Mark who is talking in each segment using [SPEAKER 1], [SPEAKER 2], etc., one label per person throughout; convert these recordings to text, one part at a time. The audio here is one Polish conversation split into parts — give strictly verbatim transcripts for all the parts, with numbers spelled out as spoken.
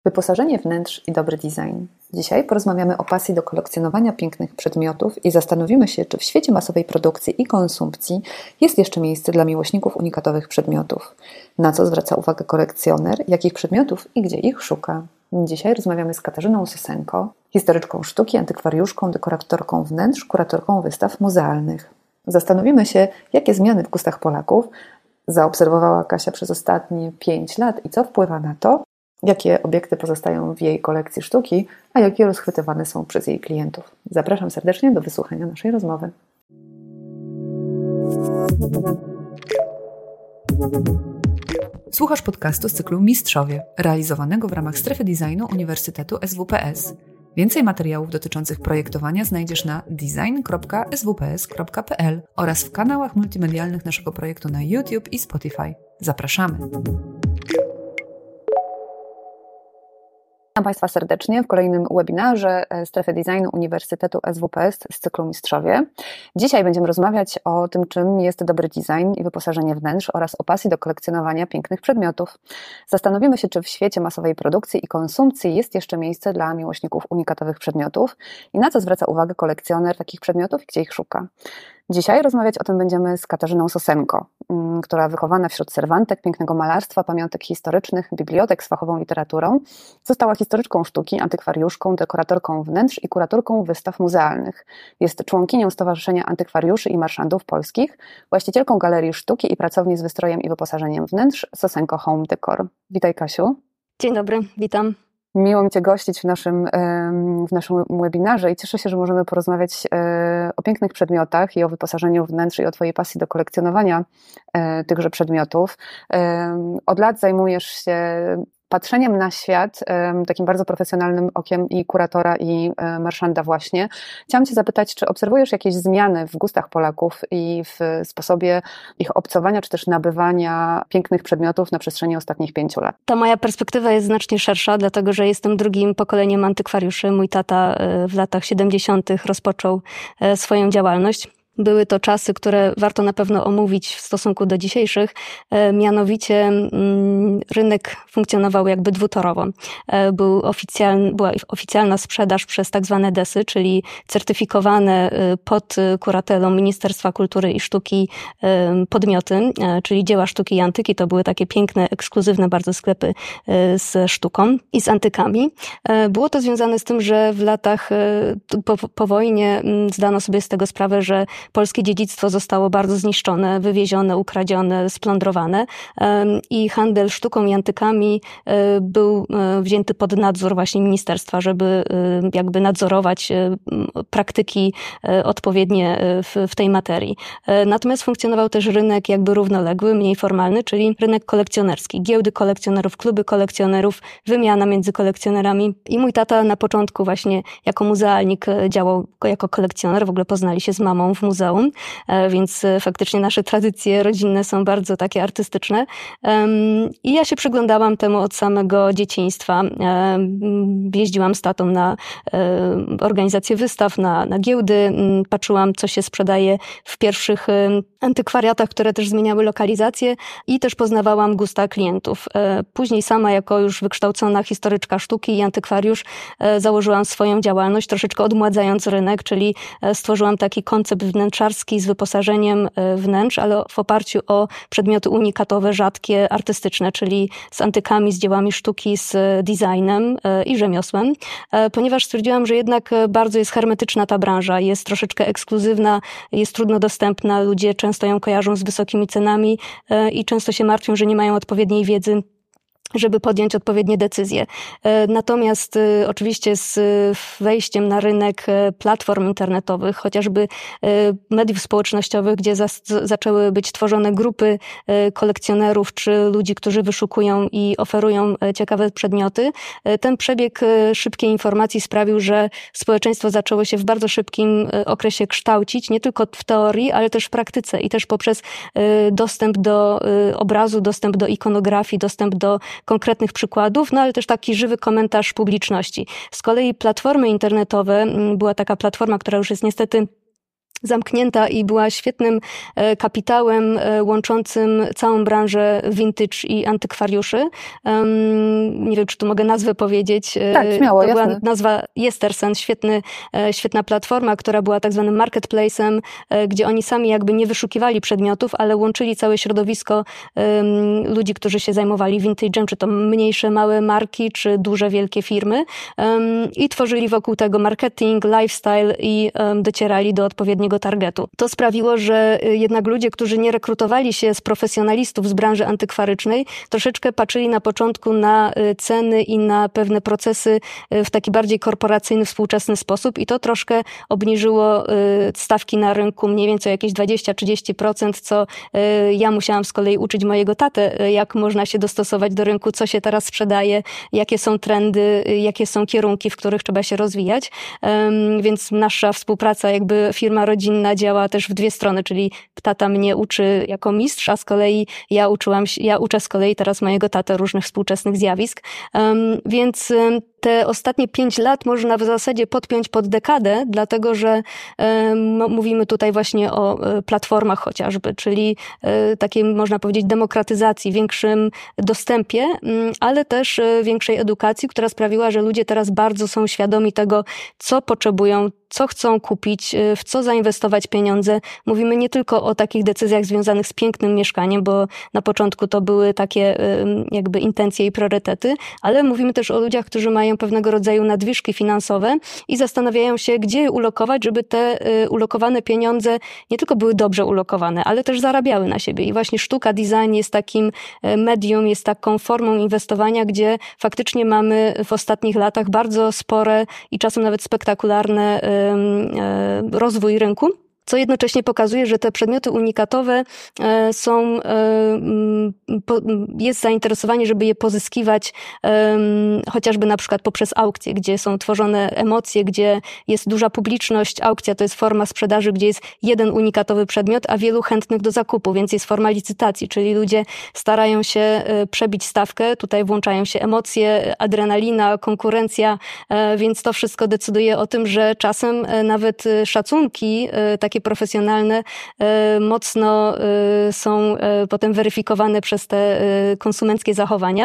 [SPEAKER 1] Wyposażenie wnętrz i dobry design. Dzisiaj porozmawiamy o pasji do kolekcjonowania pięknych przedmiotów i zastanowimy się, czy w świecie masowej produkcji i konsumpcji jest jeszcze miejsce dla miłośników unikatowych przedmiotów. Na co zwraca uwagę kolekcjoner, jakich przedmiotów i gdzie ich szuka. Dzisiaj rozmawiamy z Katarzyną Sosenko, historyczką sztuki, antykwariuszką, dekoratorką wnętrz, kuratorką wystaw muzealnych. Zastanowimy się, jakie zmiany w gustach Polaków zaobserwowała Kasia przez ostatnie pięć lat i co wpływa na to, jakie obiekty pozostają w jej kolekcji sztuki, a jakie rozchwytywane są przez jej klientów. Zapraszam serdecznie do wysłuchania naszej rozmowy. Słuchasz podcastu z cyklu Mistrzowie, realizowanego w ramach Strefy Designu Uniwersytetu S W P S. Więcej materiałów dotyczących projektowania znajdziesz na design kropka s w p s kropka p l oraz w kanałach multimedialnych naszego projektu na YouTube i Spotify. Zapraszamy! Witam Państwa serdecznie w kolejnym webinarze Strefy Designu Uniwersytetu S W P S z cyklu Mistrzowie. Dzisiaj będziemy rozmawiać o tym, czym jest dobry design i wyposażenie wnętrz oraz o pasji do kolekcjonowania pięknych przedmiotów. Zastanowimy się, czy w świecie masowej produkcji i konsumpcji jest jeszcze miejsce dla miłośników unikatowych przedmiotów i na co zwraca uwagę kolekcjoner takich przedmiotów i gdzie ich szuka. Dzisiaj rozmawiać o tym będziemy z Katarzyną Sosenko, która wychowana wśród serwantek, pięknego malarstwa, pamiątek historycznych, bibliotek z fachową literaturą, została historyczką sztuki, antykwariuszką, dekoratorką wnętrz i kuratorką wystaw muzealnych. Jest członkinią Stowarzyszenia Antykwariuszy i Marszandów Polskich, właścicielką Galerii Sztuki i pracowni z wystrojem i wyposażeniem wnętrz Sosenko Home Decor. Witaj, Kasiu.
[SPEAKER 2] Dzień dobry, witam.
[SPEAKER 1] Miło mi Cię gościć w naszym, w naszym webinarze i cieszę się, że możemy porozmawiać o pięknych przedmiotach i o wyposażeniu wnętrz i o Twojej pasji do kolekcjonowania tychże przedmiotów. Od lat zajmujesz się patrzeniem na świat takim bardzo profesjonalnym okiem i kuratora i marszanda właśnie. Chciałam Cię zapytać, czy obserwujesz jakieś zmiany w gustach Polaków i w sposobie ich obcowania, czy też nabywania pięknych przedmiotów na przestrzeni ostatnich pięciu lat?
[SPEAKER 2] Ta moja perspektywa jest znacznie szersza, dlatego że jestem drugim pokoleniem antykwariuszy. Mój tata w latach siedemdziesiątych rozpoczął swoją działalność. Były to czasy, które warto na pewno omówić w stosunku do dzisiejszych. Mianowicie rynek funkcjonował jakby dwutorowo. Był oficjalny, była oficjalna sprzedaż przez tak zwane desy, czyli certyfikowane pod kuratelą Ministerstwa Kultury i Sztuki podmioty, czyli dzieła sztuki i antyki. To były takie piękne, ekskluzywne bardzo sklepy z sztuką i z antykami. Było to związane z tym, że w latach po, po wojnie zdano sobie z tego sprawę, że polskie dziedzictwo zostało bardzo zniszczone, wywiezione, ukradzione, splądrowane i handel sztuką i antykami był wzięty pod nadzór właśnie ministerstwa, żeby jakby nadzorować praktyki odpowiednie w, w tej materii. Natomiast funkcjonował też rynek jakby równoległy, mniej formalny, czyli rynek kolekcjonerski. Giełdy kolekcjonerów, kluby kolekcjonerów, wymiana między kolekcjonerami i mój tata na początku właśnie jako muzealnik działał jako kolekcjoner, w ogóle poznali się z mamą w muzeum, więc faktycznie nasze tradycje rodzinne są bardzo takie artystyczne. I ja się przyglądałam temu od samego dzieciństwa. Jeździłam z tatą na organizację wystaw, na, na giełdy, patrzyłam, co się sprzedaje w pierwszych antykwariatach, które też zmieniały lokalizację i też poznawałam gusta klientów. Później sama jako już wykształcona historyczka sztuki i antykwariusz założyłam swoją działalność, troszeczkę odmładzając rynek, czyli stworzyłam taki koncept wnętrzarski z wyposażeniem wnętrz, ale w oparciu o przedmioty unikatowe, rzadkie, artystyczne, czyli z antykami, z dziełami sztuki, z designem i rzemiosłem, ponieważ stwierdziłam, że jednak bardzo jest hermetyczna ta branża, jest troszeczkę ekskluzywna, jest trudno dostępna, ludzie często ją kojarzą z wysokimi cenami i często się martwią, że nie mają odpowiedniej wiedzy, żeby podjąć odpowiednie decyzje. Natomiast oczywiście z wejściem na rynek platform internetowych, chociażby mediów społecznościowych, gdzie za- zaczęły być tworzone grupy kolekcjonerów czy ludzi, którzy wyszukują i oferują ciekawe przedmioty, ten przebieg szybkiej informacji sprawił, że społeczeństwo zaczęło się w bardzo szybkim okresie kształcić, nie tylko w teorii, ale też w praktyce i też poprzez dostęp do obrazu, dostęp do ikonografii, dostęp do konkretnych przykładów, no ale też taki żywy komentarz publiczności. Z kolei platformy internetowe, była taka platforma, która już jest niestety zamknięta i była świetnym kapitałem łączącym całą branżę vintage i antykwariuszy. Nie wiem, czy tu mogę nazwę powiedzieć.
[SPEAKER 1] Tak, śmiało,
[SPEAKER 2] to
[SPEAKER 1] jasne.
[SPEAKER 2] była nazwa Yestersen, świetny, świetna platforma, która była tak zwanym marketplace'em, gdzie oni sami jakby nie wyszukiwali przedmiotów, ale łączyli całe środowisko ludzi, którzy się zajmowali vintage'em, czy to mniejsze, małe marki, czy duże, wielkie firmy i tworzyli wokół tego marketing, lifestyle i docierali do odpowiedniego targetu. To sprawiło, że jednak ludzie, którzy nie rekrutowali się z profesjonalistów z branży antykwarycznej, troszeczkę patrzyli na początku na ceny i na pewne procesy w taki bardziej korporacyjny, współczesny sposób i to troszkę obniżyło stawki na rynku mniej więcej o jakieś dwadzieścia do trzydziestu procent, co ja musiałam z kolei uczyć mojego tatę, jak można się dostosować do rynku, co się teraz sprzedaje, jakie są trendy, jakie są kierunki, w których trzeba się rozwijać. Więc nasza współpraca, jakby firma rodzinna działa też w dwie strony, czyli tata mnie uczy jako mistrz, a z kolei ja uczyłam się, ja uczę z kolei teraz mojego tatę różnych współczesnych zjawisk. Więc te ostatnie pięć lat można w zasadzie podpiąć pod dekadę, dlatego że mówimy tutaj właśnie o platformach chociażby, czyli takiej, można powiedzieć, demokratyzacji, większym dostępie, ale też większej edukacji, która sprawiła, że ludzie teraz bardzo są świadomi tego, co potrzebują, co chcą kupić, w co zainwestować pieniądze. Mówimy nie tylko o takich decyzjach związanych z pięknym mieszkaniem, bo na początku to były takie jakby intencje i priorytety, ale mówimy też o ludziach, którzy mają pewnego rodzaju nadwyżki finansowe i zastanawiają się, gdzie je ulokować, żeby te ulokowane pieniądze nie tylko były dobrze ulokowane, ale też zarabiały na siebie. I właśnie sztuka, design jest takim medium, jest taką formą inwestowania, gdzie faktycznie mamy w ostatnich latach bardzo spore i czasem nawet spektakularne rozwój rynku, co jednocześnie pokazuje, że te przedmioty unikatowe są, jest zainteresowanie, żeby je pozyskiwać chociażby na przykład poprzez aukcje, gdzie są tworzone emocje, gdzie jest duża publiczność. Aukcja to jest forma sprzedaży, gdzie jest jeden unikatowy przedmiot, a wielu chętnych do zakupu, więc jest forma licytacji, czyli ludzie starają się przebić stawkę, tutaj włączają się emocje, adrenalina, konkurencja, więc to wszystko decyduje o tym, że czasem nawet szacunki takie profesjonalne mocno są potem weryfikowane przez te konsumenckie zachowania.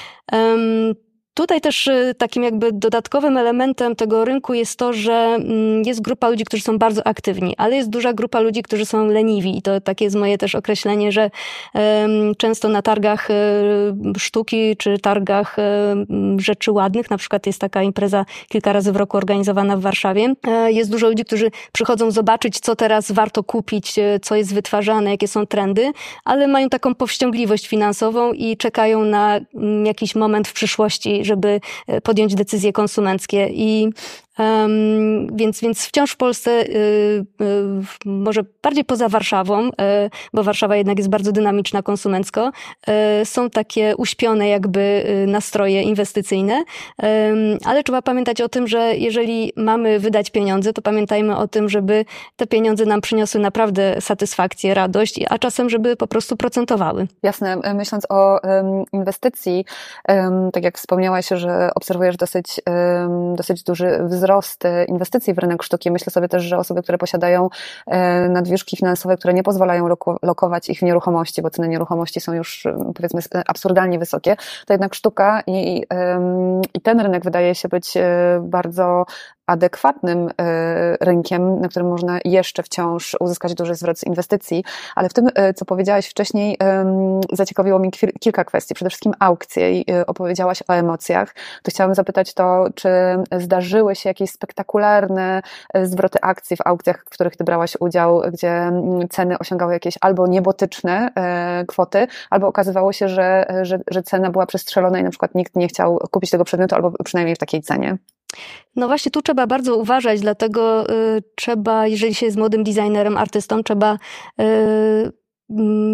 [SPEAKER 2] Tutaj też takim jakby dodatkowym elementem tego rynku jest to, że jest grupa ludzi, którzy są bardzo aktywni, ale jest duża grupa ludzi, którzy są leniwi i to takie jest moje też określenie, że często na targach sztuki czy targach rzeczy ładnych, na przykład jest taka impreza kilka razy w roku organizowana w Warszawie, jest dużo ludzi, którzy przychodzą zobaczyć, co teraz warto kupić, co jest wytwarzane, jakie są trendy, ale mają taką powściągliwość finansową i czekają na jakiś moment w przyszłości, żeby podjąć decyzje konsumenckie i Um, więc, więc wciąż w Polsce, y, y, może bardziej poza Warszawą, y, bo Warszawa jednak jest bardzo dynamiczna konsumencko, y, są takie uśpione jakby nastroje inwestycyjne, y, ale trzeba pamiętać o tym, że jeżeli mamy wydać pieniądze, to pamiętajmy o tym, żeby te pieniądze nam przyniosły naprawdę satysfakcję, radość, a czasem, żeby po prostu procentowały.
[SPEAKER 1] Jasne. Myśląc o um, inwestycji, um, tak jak wspomniałaś, że obserwujesz dosyć, um, dosyć duży wzrost inwestycji w rynek sztuki. Myślę sobie też, że osoby, które posiadają nadwyżki finansowe, które nie pozwalają lokować ich w nieruchomości, bo ceny nieruchomości są już, powiedzmy, absurdalnie wysokie, to jednak sztuka i, i ten rynek wydaje się być bardzo adekwatnym rynkiem, na którym można jeszcze wciąż uzyskać duży zwrot z inwestycji, ale w tym, co powiedziałaś wcześniej, zaciekawiło mnie kilka kwestii. Przede wszystkim aukcje i opowiedziałaś o emocjach. To chciałam zapytać to, czy zdarzyły się jakieś spektakularne zwroty akcji w aukcjach, w których ty brałaś udział, gdzie ceny osiągały jakieś albo niebotyczne kwoty, albo okazywało się, że, że, że cena była przestrzelona i na przykład nikt nie chciał kupić tego przedmiotu, albo przynajmniej w takiej cenie.
[SPEAKER 2] No właśnie tu trzeba bardzo uważać, dlatego y, trzeba, jeżeli się jest młodym designerem, artystą, trzeba y, y,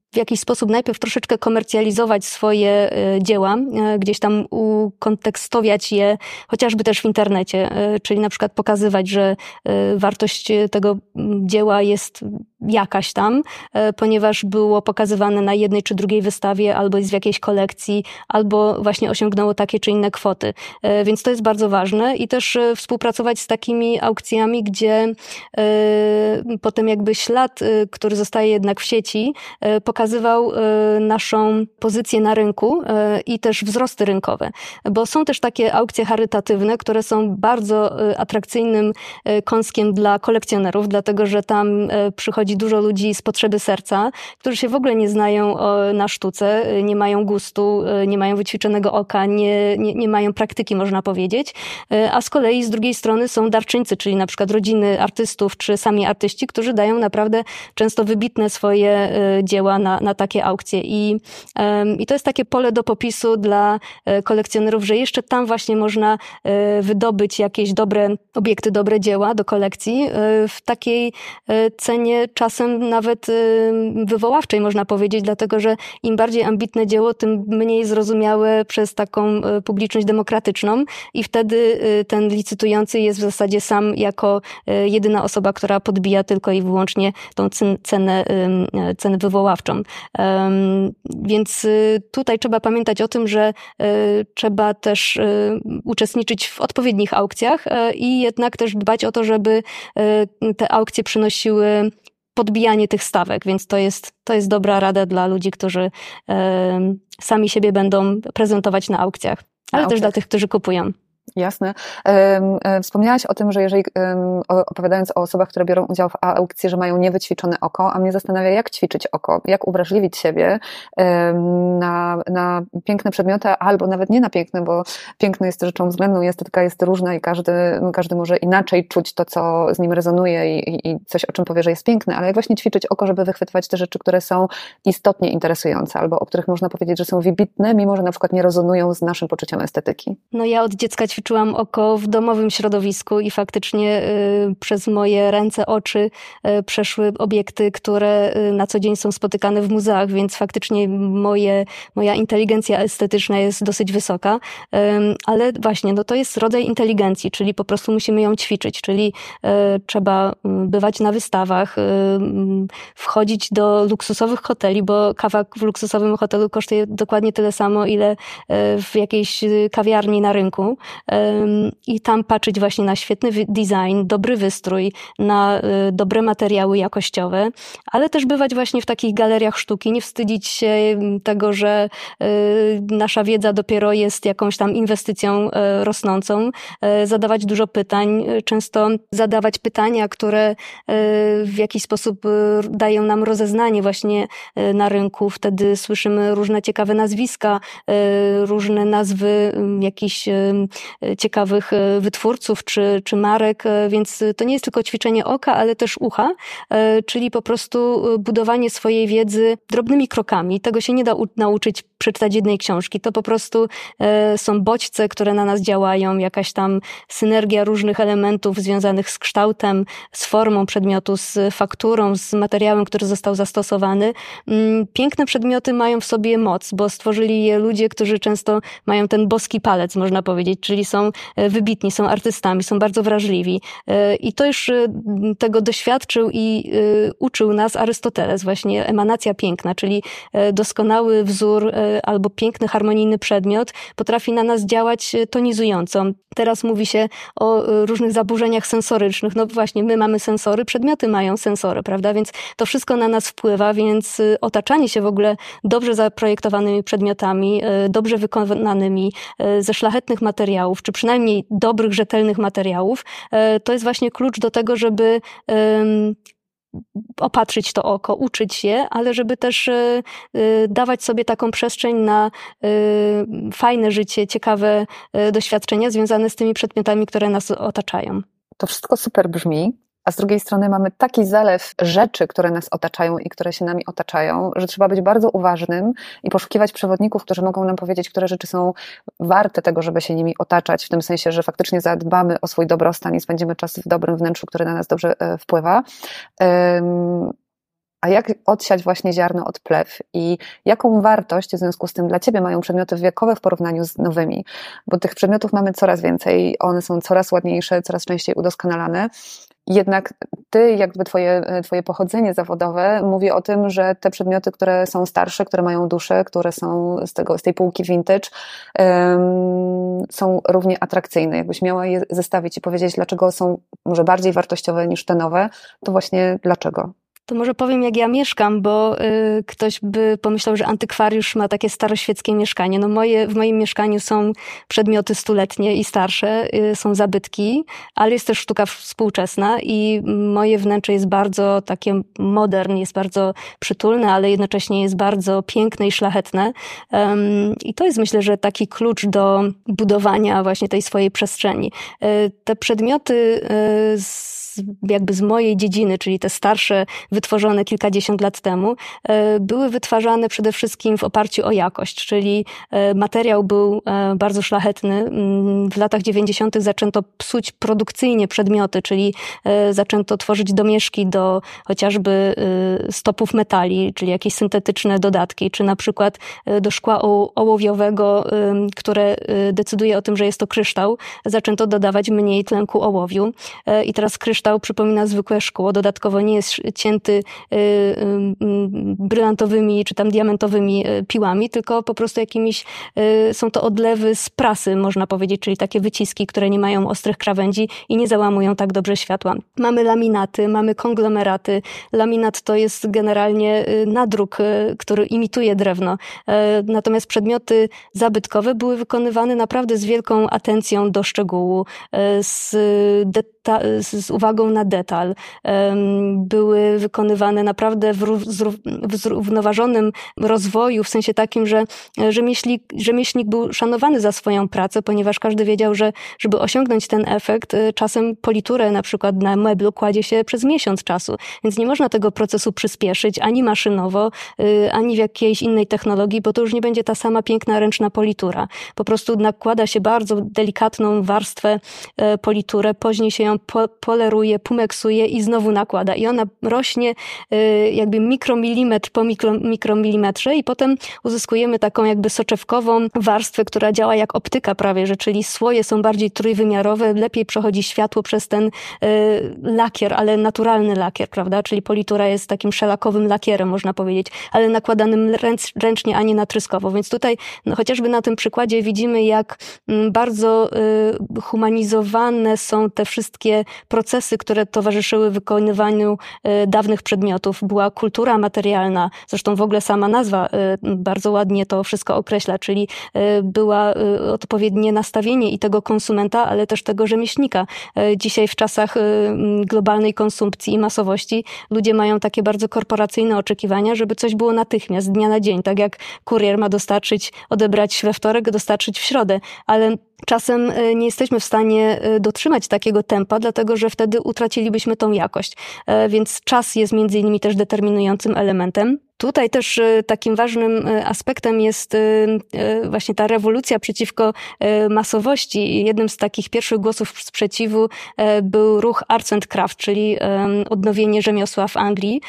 [SPEAKER 2] w jakiś sposób najpierw troszeczkę komercjalizować swoje dzieła, gdzieś tam ukontekstowiać je, chociażby też w internecie, czyli na przykład pokazywać, że wartość tego dzieła jest jakaś tam, ponieważ było pokazywane na jednej czy drugiej wystawie, albo jest w jakiejś kolekcji, albo właśnie osiągnęło takie czy inne kwoty. Więc to jest bardzo ważne i też współpracować z takimi aukcjami, gdzie potem jakby ślad, który zostaje jednak w sieci, pokazywał naszą pozycję na rynku i też wzrosty rynkowe. Bo są też takie aukcje charytatywne, które są bardzo atrakcyjnym kąskiem dla kolekcjonerów, dlatego że tam przychodzi dużo ludzi z potrzeby serca, którzy się w ogóle nie znają na sztuce, nie mają gustu, nie mają wyćwiczonego oka, nie, nie, nie mają praktyki, można powiedzieć. A z kolei z drugiej strony są darczyńcy, czyli na przykład rodziny artystów, czy sami artyści, którzy dają naprawdę często wybitne swoje dzieła na, na takie aukcje. I, I to jest takie pole do popisu dla kolekcjonerów, że jeszcze tam właśnie można wydobyć jakieś dobre obiekty, dobre dzieła do kolekcji w takiej cenie czasem nawet wywoławczej, można powiedzieć, dlatego że im bardziej ambitne dzieło, tym mniej zrozumiałe przez taką publiczność demokratyczną i wtedy ten licytujący jest w zasadzie sam jako jedyna osoba, która podbija tylko i wyłącznie tą cenę, cenę wywoławczą. Więc tutaj trzeba pamiętać o tym, że trzeba też uczestniczyć w odpowiednich aukcjach i jednak też dbać o to, żeby te aukcje przynosiły podbijanie tych stawek, więc to jest, to jest dobra rada dla ludzi, którzy sami siebie będą prezentować na aukcjach, ale na też aukcjach. Dla tych, którzy kupują.
[SPEAKER 1] Jasne. Wspomniałaś o tym, że jeżeli opowiadając o osobach, które biorą udział w aukcji, że mają niewyćwiczone oko, a mnie zastanawia, jak ćwiczyć oko, jak uwrażliwić siebie na, na piękne przedmioty, albo nawet nie na piękne, bo piękno jest rzeczą względną, estetyka jest różna i każdy, każdy może inaczej czuć to, co z nim rezonuje i, i coś, o czym powie, że jest piękne, ale jak właśnie ćwiczyć oko, żeby wychwytywać te rzeczy, które są istotnie interesujące, albo o których można powiedzieć, że są wybitne, mimo że na przykład nie rezonują z naszym poczuciem estetyki.
[SPEAKER 2] No ja od dziecka ćwiczyłam oko w domowym środowisku i faktycznie y, przez moje ręce, oczy y, przeszły obiekty, które y, na co dzień są spotykane w muzeach, więc faktycznie moje, moja inteligencja estetyczna jest dosyć wysoka, y, ale właśnie no to jest rodzaj inteligencji, czyli po prostu musimy ją ćwiczyć, czyli y, trzeba bywać na wystawach, y, wchodzić do luksusowych hoteli, bo kawa w luksusowym hotelu kosztuje dokładnie tyle samo, ile y, w jakiejś kawiarni na rynku. I tam patrzeć właśnie na świetny design, dobry wystrój, na dobre materiały jakościowe, ale też bywać właśnie w takich galeriach sztuki, nie wstydzić się tego, że nasza wiedza dopiero jest jakąś tam inwestycją rosnącą, zadawać dużo pytań, często zadawać pytania, które w jakiś sposób dają nam rozeznanie właśnie na rynku, wtedy słyszymy różne ciekawe nazwiska, różne nazwy jakichś ciekawych wytwórców czy, czy marek, więc to nie jest tylko ćwiczenie oka, ale też ucha, czyli po prostu budowanie swojej wiedzy drobnymi krokami. Tego się nie da u- nauczyć przeczytać jednej książki. To po prostu są bodźce, które na nas działają, jakaś tam synergia różnych elementów związanych z kształtem, z formą przedmiotu, z fakturą, z materiałem, który został zastosowany. Piękne przedmioty mają w sobie moc, bo stworzyli je ludzie, którzy często mają ten boski palec, można powiedzieć, czyli są wybitni, są artystami, są bardzo wrażliwi. I to już tego doświadczył i uczył nas Arystoteles, właśnie emanacja piękna, czyli doskonały wzór albo piękny, harmonijny przedmiot potrafi na nas działać tonizująco. Teraz mówi się o różnych zaburzeniach sensorycznych. No właśnie, my mamy sensory, przedmioty mają sensory, prawda? Więc to wszystko na nas wpływa, więc otaczanie się w ogóle dobrze zaprojektowanymi przedmiotami, dobrze wykonanymi, ze szlachetnych materiałów, czy przynajmniej dobrych, rzetelnych materiałów, to jest właśnie klucz do tego, żeby opatrzyć to oko, uczyć się, ale żeby też dawać sobie taką przestrzeń na fajne życie, ciekawe doświadczenia związane z tymi przedmiotami, które nas otaczają.
[SPEAKER 1] To wszystko super brzmi, a z drugiej strony mamy taki zalew rzeczy, które nas otaczają i które się nami otaczają, że trzeba być bardzo uważnym i poszukiwać przewodników, którzy mogą nam powiedzieć, które rzeczy są warte tego, żeby się nimi otaczać, w tym sensie, że faktycznie zadbamy o swój dobrostan i spędzimy czas w dobrym wnętrzu, które na nas dobrze wpływa. A jak odsiać właśnie ziarno od plew i jaką wartość w związku z tym dla Ciebie mają przedmioty wiekowe w porównaniu z nowymi? Bo tych przedmiotów mamy coraz więcej, one są coraz ładniejsze, coraz częściej udoskonalane. Jednak Ty, jakby twoje, twoje pochodzenie zawodowe mówi o tym, że te przedmioty, które są starsze, które mają duszę, które są z, tego, z tej półki vintage, um, są równie atrakcyjne. Jakbyś miała je zestawić i powiedzieć, dlaczego są może bardziej wartościowe niż te nowe, to właśnie dlaczego?
[SPEAKER 2] To może powiem, jak ja mieszkam, bo y, ktoś by pomyślał, że antykwariusz ma takie staroświeckie mieszkanie. No moje, w moim mieszkaniu są przedmioty stuletnie i starsze, y, są zabytki, ale jest też sztuka współczesna i moje wnętrze jest bardzo takie modern, jest bardzo przytulne, ale jednocześnie jest bardzo piękne i szlachetne. Um, I to jest, myślę, że taki klucz do budowania właśnie tej swojej przestrzeni. Y, te przedmioty y, z jakby z mojej dziedziny, czyli te starsze, wytworzone kilkadziesiąt lat temu, były wytwarzane przede wszystkim w oparciu o jakość, czyli materiał był bardzo szlachetny. W latach dziewięćdziesiątych zaczęto psuć produkcyjnie przedmioty, czyli zaczęto tworzyć domieszki do chociażby stopów metali, czyli jakieś syntetyczne dodatki, czy na przykład do szkła ołowiowego, które decyduje o tym, że jest to kryształ, zaczęto dodawać mniej tlenku ołowiu i teraz kryształ przypomina zwykłe szkło, dodatkowo nie jest cięty y, y, brylantowymi czy tam diamentowymi piłami, tylko po prostu jakimiś, y, są to odlewy z prasy, można powiedzieć, czyli takie wyciski, które nie mają ostrych krawędzi i nie załamują tak dobrze światła. Mamy laminaty, mamy konglomeraty. Laminat to jest generalnie nadruk, który imituje drewno. Natomiast przedmioty zabytkowe były wykonywane naprawdę z wielką atencją do szczegółu, z, deta- z uwagą na detal. Były wykonywane naprawdę w zrównoważonym rozwoju, w sensie takim, że rzemieślnik, rzemieślnik był szanowany za swoją pracę, ponieważ każdy wiedział, że żeby osiągnąć ten efekt, czasem politurę na przykład na meblu kładzie się przez miesiąc czasu, więc nie można tego procesu przyspieszyć ani maszynowo, ani w jakiejś innej technologii, bo to już nie będzie ta sama piękna ręczna politura. Po prostu nakłada się bardzo delikatną warstwę politurę, później się ją po poleruje, pumeksuje i znowu nakłada. I ona rośnie jakby mikromilimetr po mikro, mikromilimetrze i potem uzyskujemy taką jakby soczewkową warstwę, która działa jak optyka prawie, że czyli słoje są bardziej trójwymiarowe, lepiej przechodzi światło przez ten y, lakier, ale naturalny lakier, prawda? Czyli politura jest takim szelakowym lakierem, można powiedzieć, ale nakładanym ręcz, ręcznie, a nie natryskowo. Więc tutaj no, chociażby na tym przykładzie widzimy, jak m, bardzo y, humanizowane są te wszystkie procesy, które towarzyszyły wykonywaniu y, dawnych przedmiotów. Była kultura materialna, zresztą w ogóle sama nazwa y, bardzo ładnie to wszystko określa, czyli y, była y, odpowiednie nastawienie i tego konsumenta, ale też tego rzemieślnika. Y, dzisiaj w czasach y, globalnej konsumpcji i masowości ludzie mają takie bardzo korporacyjne oczekiwania, żeby coś było natychmiast, z dnia na dzień, tak jak kurier ma dostarczyć, odebrać we wtorek, dostarczyć w środę, ale czasem nie jesteśmy w stanie dotrzymać takiego tempa, dlatego że wtedy utracilibyśmy tą jakość. Więc czas jest między innymi też determinującym elementem. Tutaj też takim ważnym aspektem jest właśnie ta rewolucja przeciwko masowości. Jednym z takich pierwszych głosów sprzeciwu był ruch Arts and Craft, czyli odnowienie rzemiosła w Anglii.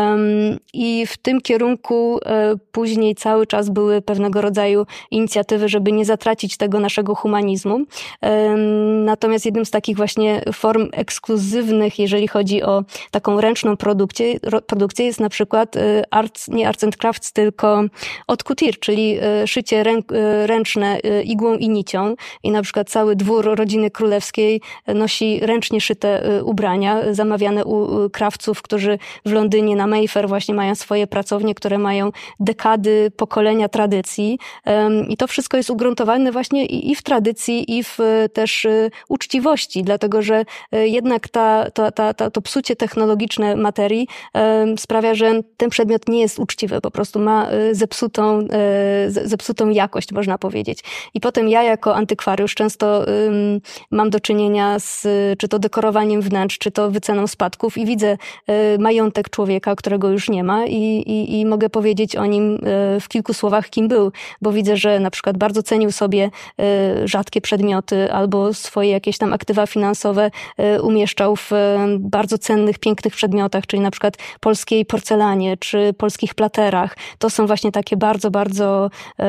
[SPEAKER 2] I w tym kierunku później cały czas były pewnego rodzaju inicjatywy, żeby nie zatracić tego naszego humanizmu. Natomiast jednym z takich właśnie form ekskluzywnych, jeżeli chodzi o taką ręczną produkcję, produkcję jest na przykład art nie arts and crafts, tylko haute couture, czyli szycie ręczne igłą i nicią. I na przykład cały dwór rodziny królewskiej nosi ręcznie szyte ubrania, zamawiane u krawców, którzy w Londynie na Mayfair właśnie mają swoje pracownie, które mają dekady, pokolenia tradycji. I to wszystko jest ugruntowane właśnie i w tradycji, i w też uczciwości, dlatego że jednak ta, ta, ta, ta, to psucie technologiczne materii sprawia, że ten przedmiot nie jest jest uczciwy, po prostu ma zepsutą, zepsutą jakość, można powiedzieć. I potem ja jako antykwariusz często mam do czynienia z czy to dekorowaniem wnętrz, czy to wyceną spadków i widzę majątek człowieka, którego już nie ma i, i, i mogę powiedzieć o nim w kilku słowach, kim był, bo widzę, że na przykład bardzo cenił sobie rzadkie przedmioty albo swoje jakieś tam aktywa finansowe umieszczał w bardzo cennych, pięknych przedmiotach, czyli na przykład polskiej porcelanie, czy polskich platerach. To są właśnie takie bardzo, bardzo,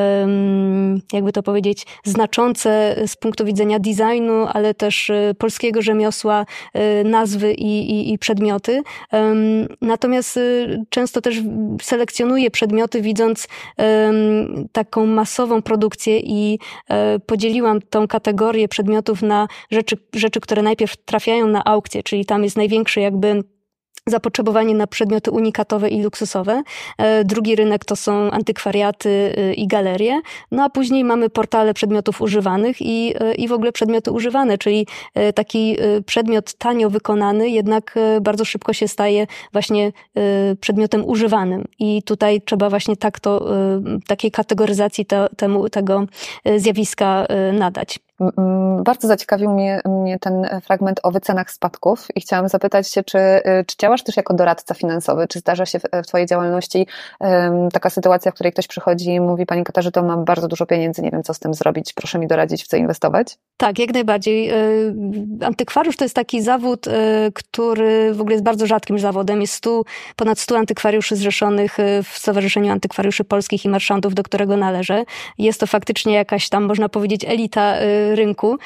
[SPEAKER 2] jakby to powiedzieć, znaczące z punktu widzenia designu, ale też polskiego rzemiosła nazwy i, i, i przedmioty. Natomiast często też selekcjonuję przedmioty, widząc taką masową produkcję i podzieliłam tą kategorię przedmiotów na rzeczy, rzeczy, które najpierw trafiają na aukcję, czyli tam jest największy jakby zapotrzebowanie na przedmioty unikatowe i luksusowe. Drugi rynek to są antykwariaty i galerie. No a później mamy portale przedmiotów używanych i, i w ogóle przedmioty używane, czyli taki przedmiot tanio wykonany jednak bardzo szybko się staje właśnie przedmiotem używanym. I tutaj trzeba właśnie tak to, takiej kategoryzacji to, temu, tego zjawiska nadać.
[SPEAKER 1] Bardzo zaciekawił mnie, mnie ten fragment o wycenach spadków i chciałam zapytać się, czy, czy działasz też jako doradca finansowy? Czy zdarza się w, w Twojej działalności um, taka sytuacja, w której ktoś przychodzi i mówi: Pani Katarzyno, mam bardzo dużo pieniędzy, nie wiem co z tym zrobić, proszę mi doradzić, w co inwestować?
[SPEAKER 2] Tak, jak najbardziej. Antykwariusz to jest taki zawód, który w ogóle jest bardzo rzadkim zawodem. Jest stu, ponad stu antykwariuszy zrzeszonych w Stowarzyszeniu Antykwariuszy Polskich i Marszantów, do którego należę. Jest to faktycznie jakaś tam, można powiedzieć, elita rynku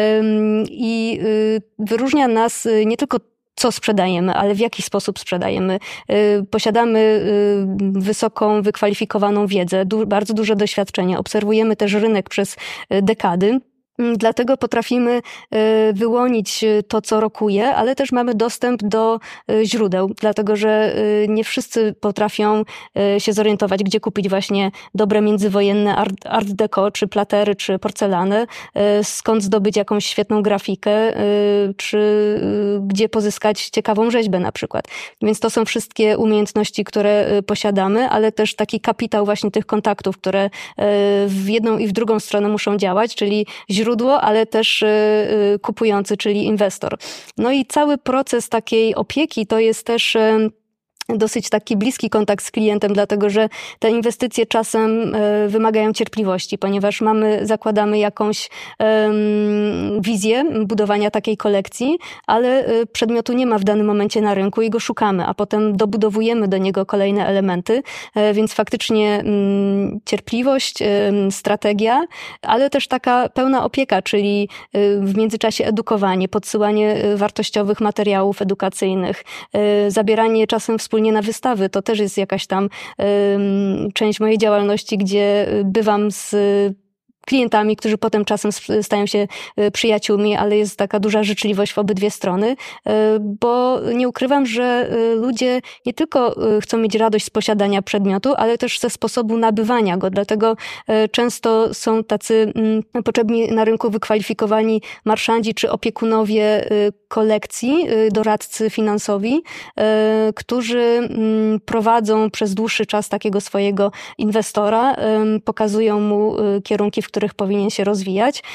[SPEAKER 2] i wyróżnia nas nie tylko co sprzedajemy, ale w jaki sposób sprzedajemy. Posiadamy wysoką, wykwalifikowaną wiedzę, bardzo duże doświadczenie, obserwujemy też rynek przez dekady. Dlatego potrafimy wyłonić to, co rokuje, ale też mamy dostęp do źródeł, dlatego że nie wszyscy potrafią się zorientować, gdzie kupić właśnie dobre międzywojenne art, art deco, czy platery, czy porcelanę, skąd zdobyć jakąś świetną grafikę, czy gdzie pozyskać ciekawą rzeźbę na przykład. Więc to są wszystkie umiejętności, które posiadamy, ale też taki kapitał właśnie tych kontaktów, które w jedną i w drugą stronę muszą działać, czyli źródło, ale też kupujący, czyli inwestor. No i cały proces takiej opieki to jest też dosyć taki bliski kontakt z klientem, dlatego że te inwestycje czasem wymagają cierpliwości, ponieważ mamy, zakładamy jakąś um, wizję budowania takiej kolekcji, ale przedmiotu nie ma w danym momencie na rynku i go szukamy, a potem dobudowujemy do niego kolejne elementy, więc faktycznie um, cierpliwość, um, strategia, ale też taka pełna opieka, czyli w międzyczasie edukowanie, podsyłanie wartościowych materiałów edukacyjnych, zabieranie czasem wspólnie na wystawy. To też jest jakaś tam um, część mojej działalności, gdzie bywam z klientami, którzy potem czasem stają się przyjaciółmi, ale jest taka duża życzliwość w obydwie strony, bo nie ukrywam, że ludzie nie tylko chcą mieć radość z posiadania przedmiotu, ale też ze sposobu nabywania go. Dlatego często są tacy potrzebni na rynku wykwalifikowani marszandzi czy opiekunowie kolekcji, doradcy finansowi, którzy prowadzą przez dłuższy czas takiego swojego inwestora, pokazują mu kierunki, w których powinien się rozwijać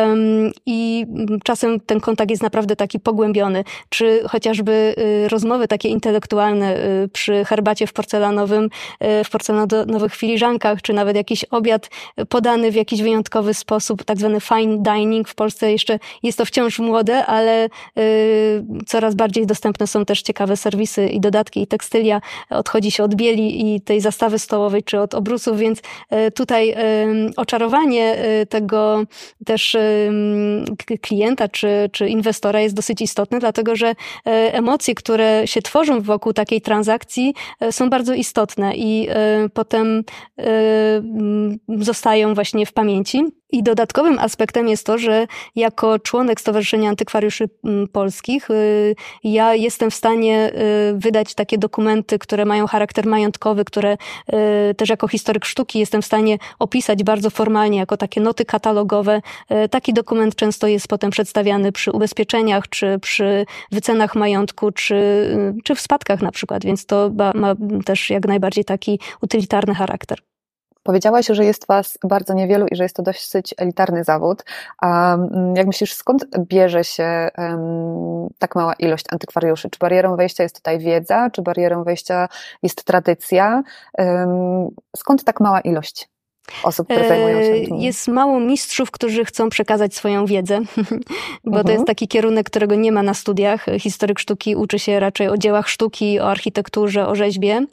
[SPEAKER 2] i czasem ten kontakt jest naprawdę taki pogłębiony, czy chociażby rozmowy takie intelektualne przy herbacie w porcelanowym, w porcelanowych filiżankach, czy nawet jakiś obiad podany w jakiś wyjątkowy sposób, tak zwany fine dining. W Polsce jeszcze jest to wciąż młode, ale coraz bardziej dostępne są też ciekawe serwisy i dodatki i tekstylia. Odchodzi się od bieli i tej zastawy stołowej, czy od obrusów, więc tutaj oczarowanie tego też klienta czy, czy inwestora jest dosyć istotne, dlatego że emocje, które się tworzą wokół takiej transakcji, są bardzo istotne i potem zostają właśnie w pamięci. I dodatkowym aspektem jest to, że jako członek Stowarzyszenia Antykwariuszy Polskich ja jestem w stanie wydać takie dokumenty, które mają charakter majątkowy, które też jako historyk sztuki jestem w stanie opisać bardzo formalnie, jako takie noty katalogowe. Taki dokument często jest potem przedstawiany przy ubezpieczeniach, czy przy wycenach majątku, czy, czy w spadkach na przykład, więc to ma, ma też jak najbardziej taki utylitarny charakter.
[SPEAKER 1] Powiedziałaś, że jest was bardzo niewielu i że jest to dosyć elitarny zawód. A jak myślisz, skąd bierze się um, tak mała ilość antykwariuszy? Czy barierą wejścia jest tutaj wiedza? Czy barierą wejścia jest tradycja? Um, skąd tak mała ilość osób, które zajmują się tym?
[SPEAKER 2] Jest mało mistrzów, którzy chcą przekazać swoją wiedzę, bo
[SPEAKER 1] mhm.
[SPEAKER 2] to jest taki kierunek, którego nie ma na studiach. Historyk sztuki uczy się raczej o dziełach sztuki, o architekturze, o rzeźbie.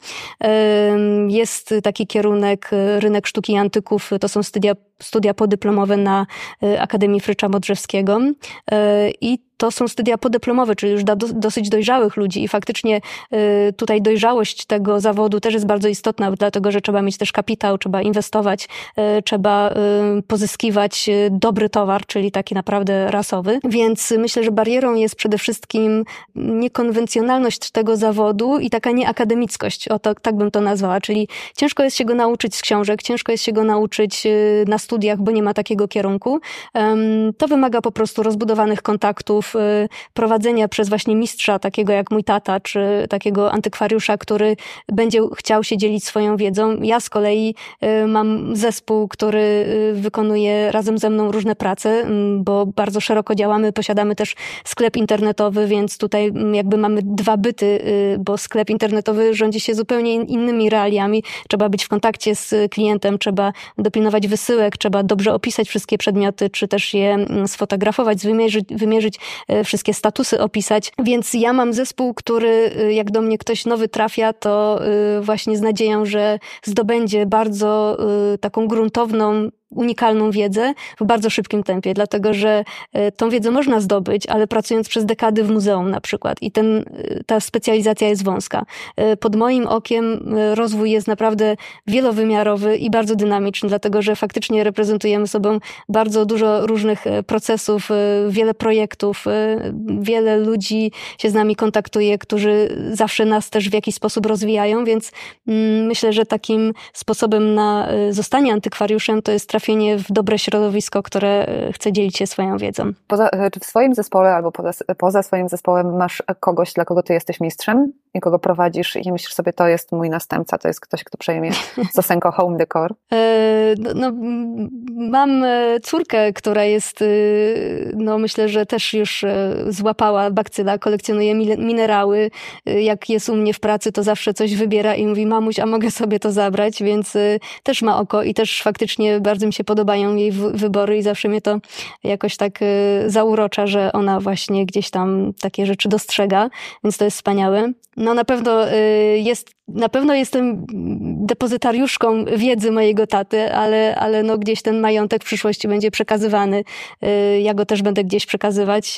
[SPEAKER 2] Jest taki kierunek rynek sztuki i antyków, to są studia, studia podyplomowe na Akademii Frycza Modrzewskiego i to są studia podyplomowe, czyli już dla do, dosyć dojrzałych ludzi i faktycznie y, tutaj dojrzałość tego zawodu też jest bardzo istotna, dlatego że trzeba mieć też kapitał, trzeba inwestować, y, trzeba y, pozyskiwać dobry towar, czyli taki naprawdę rasowy. Więc myślę, że barierą jest przede wszystkim niekonwencjonalność tego zawodu i taka nieakademickość, o to, tak bym to nazwała, czyli ciężko jest się go nauczyć z książek, ciężko jest się go nauczyć y, na studiach, bo nie ma takiego kierunku. Um, to wymaga po prostu rozbudowanych kontaktów, prowadzenia przez właśnie mistrza, takiego jak mój tata, czy takiego antykwariusza, który będzie chciał się dzielić swoją wiedzą. Ja z kolei mam zespół, który wykonuje razem ze mną różne prace, bo bardzo szeroko działamy, posiadamy też sklep internetowy, więc tutaj jakby mamy dwa byty, bo sklep internetowy rządzi się zupełnie innymi realiami. Trzeba być w kontakcie z klientem, trzeba dopilnować wysyłek, trzeba dobrze opisać wszystkie przedmioty, czy też je sfotografować, wymierzyć, wymierzyć wszystkie statusy opisać, więc ja mam zespół, który jak do mnie ktoś nowy trafia, to właśnie z nadzieją, że zdobędzie bardzo taką gruntowną, unikalną wiedzę w bardzo szybkim tempie, dlatego że tą wiedzę można zdobyć, ale pracując przez dekady w muzeum na przykład i ten, ta specjalizacja jest wąska. Pod moim okiem rozwój jest naprawdę wielowymiarowy i bardzo dynamiczny, dlatego że faktycznie reprezentujemy sobą bardzo dużo różnych procesów, wiele projektów, wiele ludzi się z nami kontaktuje, którzy zawsze nas też w jakiś sposób rozwijają, więc myślę, że takim sposobem na zostanie antykwariuszem to jest trafienie w dobre środowisko, które chce dzielić się swoją wiedzą.
[SPEAKER 1] Poza, czy w swoim zespole albo poza, poza swoim zespołem masz kogoś, dla kogo ty jesteś mistrzem i kogo prowadzisz i myślisz sobie, to jest mój następca, to jest ktoś, kto przejmie Sosenko Home Decor?
[SPEAKER 2] No, no, mam córkę, która jest, no myślę, że też już złapała bakcyla, kolekcjonuje minerały. Jak jest u mnie w pracy, to zawsze coś wybiera i mówi, mamuś, a mogę sobie to zabrać, więc też ma oko i też faktycznie bardzo mi się podobają jej wybory i zawsze mnie to jakoś tak zaurocza, że ona właśnie gdzieś tam takie rzeczy dostrzega, więc to jest wspaniałe. No na pewno jest, na pewno jestem depozytariuszką wiedzy mojego taty, ale, ale no gdzieś ten majątek w przyszłości będzie przekazywany. Ja go też będę gdzieś przekazywać.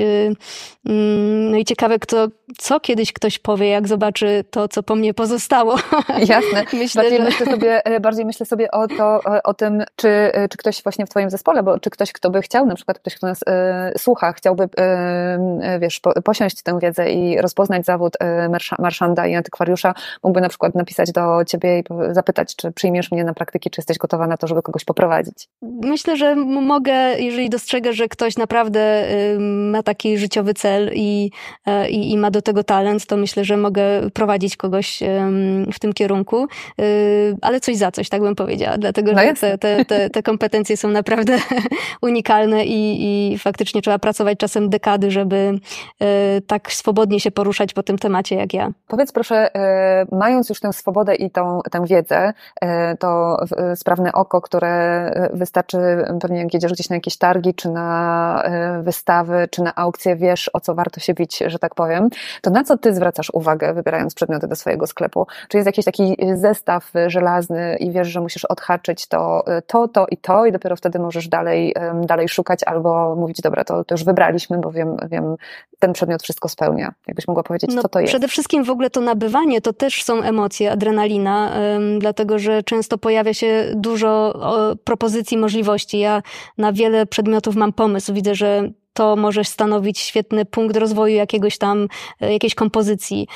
[SPEAKER 2] No i ciekawe, kto, co kiedyś ktoś powie, jak zobaczy to, co po mnie pozostało.
[SPEAKER 1] Jasne.
[SPEAKER 2] Myślę,
[SPEAKER 1] bardziej,
[SPEAKER 2] że...
[SPEAKER 1] myślę sobie, bardziej myślę sobie o to, o tym, czy, czy ktoś właśnie w twoim zespole, bo czy ktoś, kto by chciał, na przykład ktoś, kto nas y, słucha, chciałby y, wiesz, po, posiąść tę wiedzę i rozpoznać zawód y, marsza, marszanda i antykwariusza, mógłby na przykład napisać do ciebie i zapytać, czy przyjmiesz mnie na praktyki, czy jesteś gotowa na to, żeby kogoś poprowadzić.
[SPEAKER 2] Myślę, że mogę, jeżeli dostrzegę, że ktoś naprawdę y, ma taki życiowy cel i, y, i ma do tego talent, to myślę, że mogę prowadzić kogoś y, w tym kierunku, y, ale coś za coś, tak bym powiedziała, dlatego,
[SPEAKER 1] no
[SPEAKER 2] że te, te, te, te kompetencje są naprawdę unikalne i, i faktycznie trzeba pracować czasem dekady, żeby y, tak swobodnie się poruszać po tym temacie jak ja.
[SPEAKER 1] Powiedz proszę, y, mając już tę swobodę i tą, tę wiedzę, y, to y, sprawne oko, które wystarczy pewnie jak jedziesz gdzieś na jakieś targi, czy na y, wystawy, czy na aukcje, wiesz, o co warto się bić, że tak powiem, to na co ty zwracasz uwagę, wybierając przedmioty do swojego sklepu? Czy jest jakiś taki zestaw żelazny i wiesz, że musisz odhaczyć to, to, to i to i dopiero wtedy możesz dalej, dalej szukać albo mówić, dobra, to, to już wybraliśmy, bo wiem, wiem, ten przedmiot wszystko spełnia. Jakbyś mogła powiedzieć,
[SPEAKER 2] no,
[SPEAKER 1] co to jest?
[SPEAKER 2] Przede wszystkim w ogóle to nabywanie to też są emocje, adrenalina, dlatego że często pojawia się dużo propozycji, możliwości. Ja na wiele przedmiotów mam pomysł, widzę, że to może stanowić świetny punkt rozwoju jakiegoś tam, jakiejś kompozycji.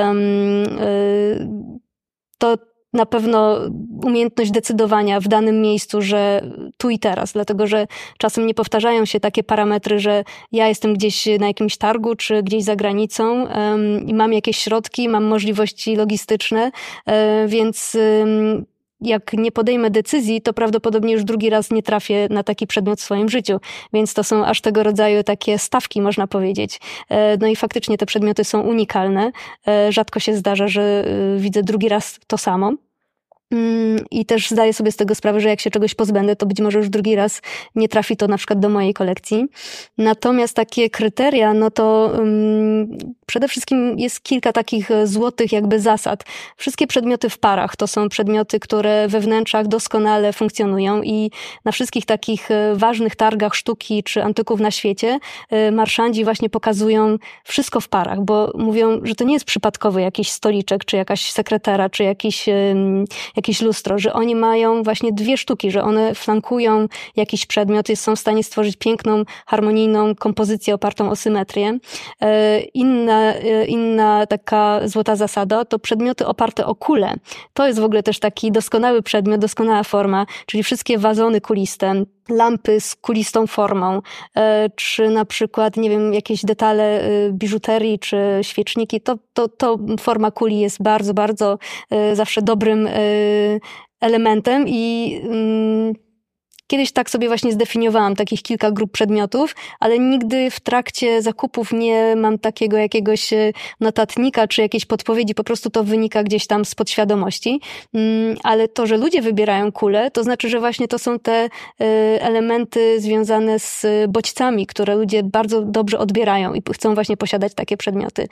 [SPEAKER 2] To na pewno umiejętność decydowania w danym miejscu, że tu i teraz, dlatego że czasem nie powtarzają się takie parametry, że ja jestem gdzieś na jakimś targu, czy gdzieś za granicą um, i mam jakieś środki, mam możliwości logistyczne, um, więc um, jak nie podejmę decyzji, to prawdopodobnie już drugi raz nie trafię na taki przedmiot w swoim życiu. Więc to są aż tego rodzaju takie stawki, można powiedzieć. No i faktycznie te przedmioty są unikalne. Rzadko się zdarza, że widzę drugi raz to samo. I też zdaję sobie z tego sprawę, że jak się czegoś pozbędę, to być może już drugi raz nie trafi to na przykład do mojej kolekcji. Natomiast takie kryteria, no to um, przede wszystkim jest kilka takich złotych jakby zasad. Wszystkie przedmioty w parach to są przedmioty, które we wnętrzach doskonale funkcjonują i na wszystkich takich ważnych targach sztuki czy antyków na świecie marszandzi właśnie pokazują wszystko w parach, bo mówią, że to nie jest przypadkowy jakiś stoliczek, czy jakaś sekretera, czy jakiś um, jakieś lustro, że oni mają właśnie dwie sztuki, że one flankują jakiś przedmiot i są w stanie stworzyć piękną, harmonijną kompozycję opartą o symetrię. Inna, inna taka złota zasada to przedmioty oparte o kule. To jest w ogóle też taki doskonały przedmiot, doskonała forma, czyli wszystkie wazony kuliste, lampy z kulistą formą, czy na przykład, nie wiem, jakieś detale biżuterii, czy świeczniki, to, to, to forma kuli jest bardzo, bardzo zawsze dobrym elementem i kiedyś tak sobie właśnie zdefiniowałam takich kilka grup przedmiotów, ale nigdy w trakcie zakupów nie mam takiego jakiegoś notatnika czy jakiejś podpowiedzi, po prostu to wynika gdzieś tam z podświadomości. Ale to, że ludzie wybierają kule, to znaczy, że właśnie to są te elementy związane z bodźcami, które ludzie bardzo dobrze odbierają i chcą właśnie posiadać takie przedmioty.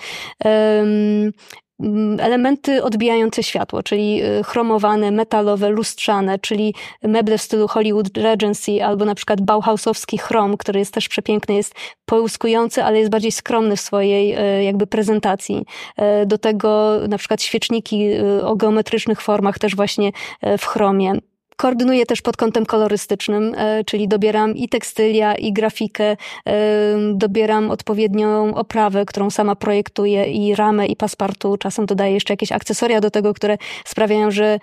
[SPEAKER 2] Elementy odbijające światło, czyli chromowane, metalowe, lustrzane, czyli meble w stylu Hollywood Regency albo na przykład bauhausowski chrom, który jest też przepiękny, jest połyskujący, ale jest bardziej skromny w swojej jakby prezentacji. Do tego na przykład świeczniki o geometrycznych formach też właśnie w chromie. Koordynuję też pod kątem kolorystycznym, czyli dobieram i tekstylia, i grafikę, dobieram odpowiednią oprawę, którą sama projektuję, i ramę, i passepartout. Czasem dodaję jeszcze jakieś akcesoria do tego, które sprawiają, że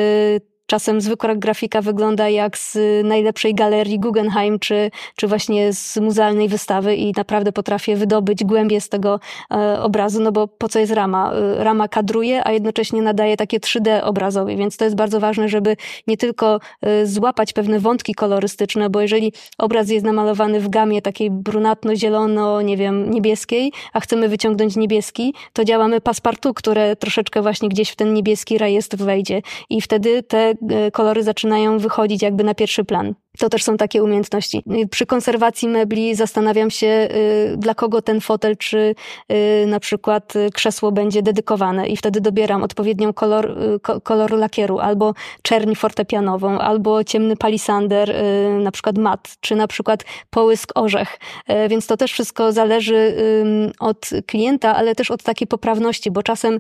[SPEAKER 2] czasem zwykła grafika wygląda jak z najlepszej galerii Guggenheim, czy, czy właśnie z muzealnej wystawy i naprawdę potrafię wydobyć głębię z tego e, obrazu, no bo po co jest rama? Rama kadruje, a jednocześnie nadaje takie trzy D obrazowi, więc to jest bardzo ważne, żeby nie tylko e, złapać pewne wątki kolorystyczne, bo jeżeli obraz jest namalowany w gamie takiej brunatno-zielono, nie wiem, niebieskiej, a chcemy wyciągnąć niebieski, to działamy passepartout, które troszeczkę właśnie gdzieś w ten niebieski rejestr wejdzie i wtedy te kolory zaczynają wychodzić jakby na pierwszy plan. To też są takie umiejętności. Przy konserwacji mebli zastanawiam się, dla kogo ten fotel, czy na przykład krzesło będzie dedykowane i wtedy dobieram odpowiednią kolor, kolor lakieru, albo czerń fortepianową, albo ciemny palisander, na przykład mat, czy na przykład połysk orzech. Więc to też wszystko zależy od klienta, ale też od takiej poprawności, bo czasem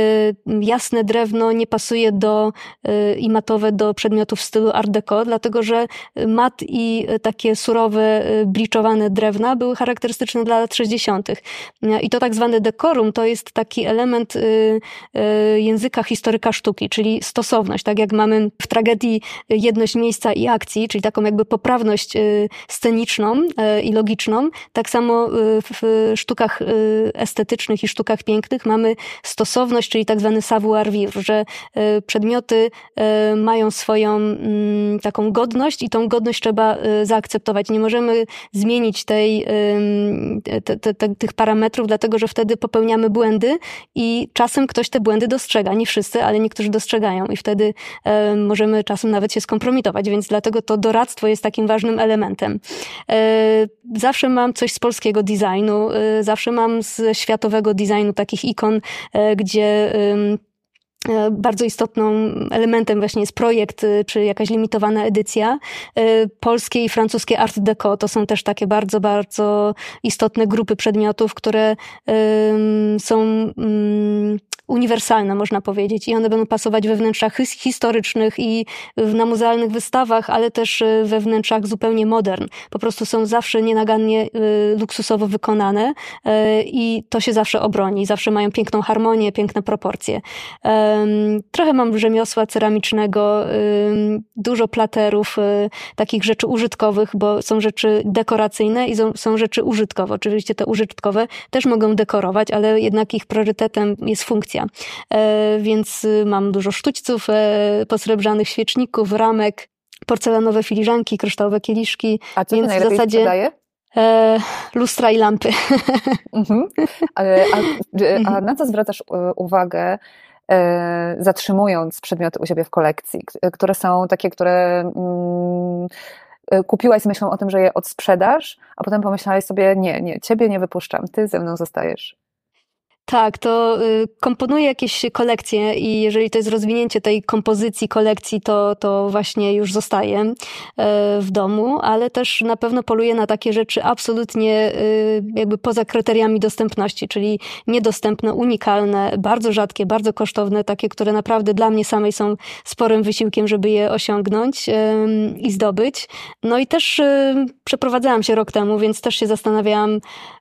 [SPEAKER 2] jasne drewno nie pasuje do i matowe do przedmiotów w stylu art deco, dlatego że mat i takie surowe, bliczowane drewna były charakterystyczne dla lat sześćdziesiątych. I to tak zwane dekorum to jest taki element języka historyka sztuki, czyli stosowność. Tak jak mamy w tragedii jedność miejsca i akcji, czyli taką jakby poprawność sceniczną i logiczną, tak samo w sztukach estetycznych i sztukach pięknych mamy stosowność, czyli tak zwany savoir vivre, że przedmioty mają swoją taką godność i tą godność trzeba zaakceptować. Nie możemy zmienić tej, te, te, te, tych parametrów, dlatego że wtedy popełniamy błędy i czasem ktoś te błędy dostrzega. Nie wszyscy, ale niektórzy dostrzegają i wtedy możemy czasem nawet się skompromitować, więc dlatego to doradztwo jest takim ważnym elementem. Zawsze mam coś z polskiego designu, zawsze mam z światowego designu takich ikon, gdzie bardzo istotną elementem właśnie jest projekt, czy jakaś limitowana edycja. Polskie i francuskie Art Deco to są też takie bardzo, bardzo istotne grupy przedmiotów, które są uniwersalne, można powiedzieć, i one będą pasować we wnętrzach historycznych i na muzealnych wystawach, ale też we wnętrzach zupełnie modern. Po prostu są zawsze nienagannie luksusowo wykonane i to się zawsze obroni. Zawsze mają piękną harmonię, piękne proporcje. Trochę mam rzemiosła ceramicznego, dużo platerów, takich rzeczy użytkowych, bo są rzeczy dekoracyjne i są rzeczy użytkowe. Oczywiście te użytkowe też mogą dekorować, ale jednak ich priorytetem jest funkcja. Więc mam dużo sztućców, posrebrzanych świeczników, ramek, porcelanowe filiżanki, kryształowe kieliszki.
[SPEAKER 1] A co
[SPEAKER 2] więc
[SPEAKER 1] ty najlepiej
[SPEAKER 2] w zasadzie
[SPEAKER 1] sprzedaje?
[SPEAKER 2] E, lustra i lampy.
[SPEAKER 1] Mhm. A, a, a na co zwracasz uwagę, zatrzymując przedmioty u siebie w kolekcji, które są takie, które mm, kupiłaś z myślą o tym, że je odsprzedasz, a potem pomyślałaś sobie, nie, nie, ciebie nie wypuszczam, ty ze mną zostajesz.
[SPEAKER 2] Tak, to komponuję jakieś kolekcje i jeżeli to jest rozwinięcie tej kompozycji kolekcji, to, to właśnie już zostaje w domu, ale też na pewno poluję na takie rzeczy absolutnie jakby poza kryteriami dostępności, czyli niedostępne, unikalne, bardzo rzadkie, bardzo kosztowne, takie, które naprawdę dla mnie samej są sporym wysiłkiem, żeby je osiągnąć i zdobyć. No i też przeprowadzałam się rok temu, więc też się zastanawiałam,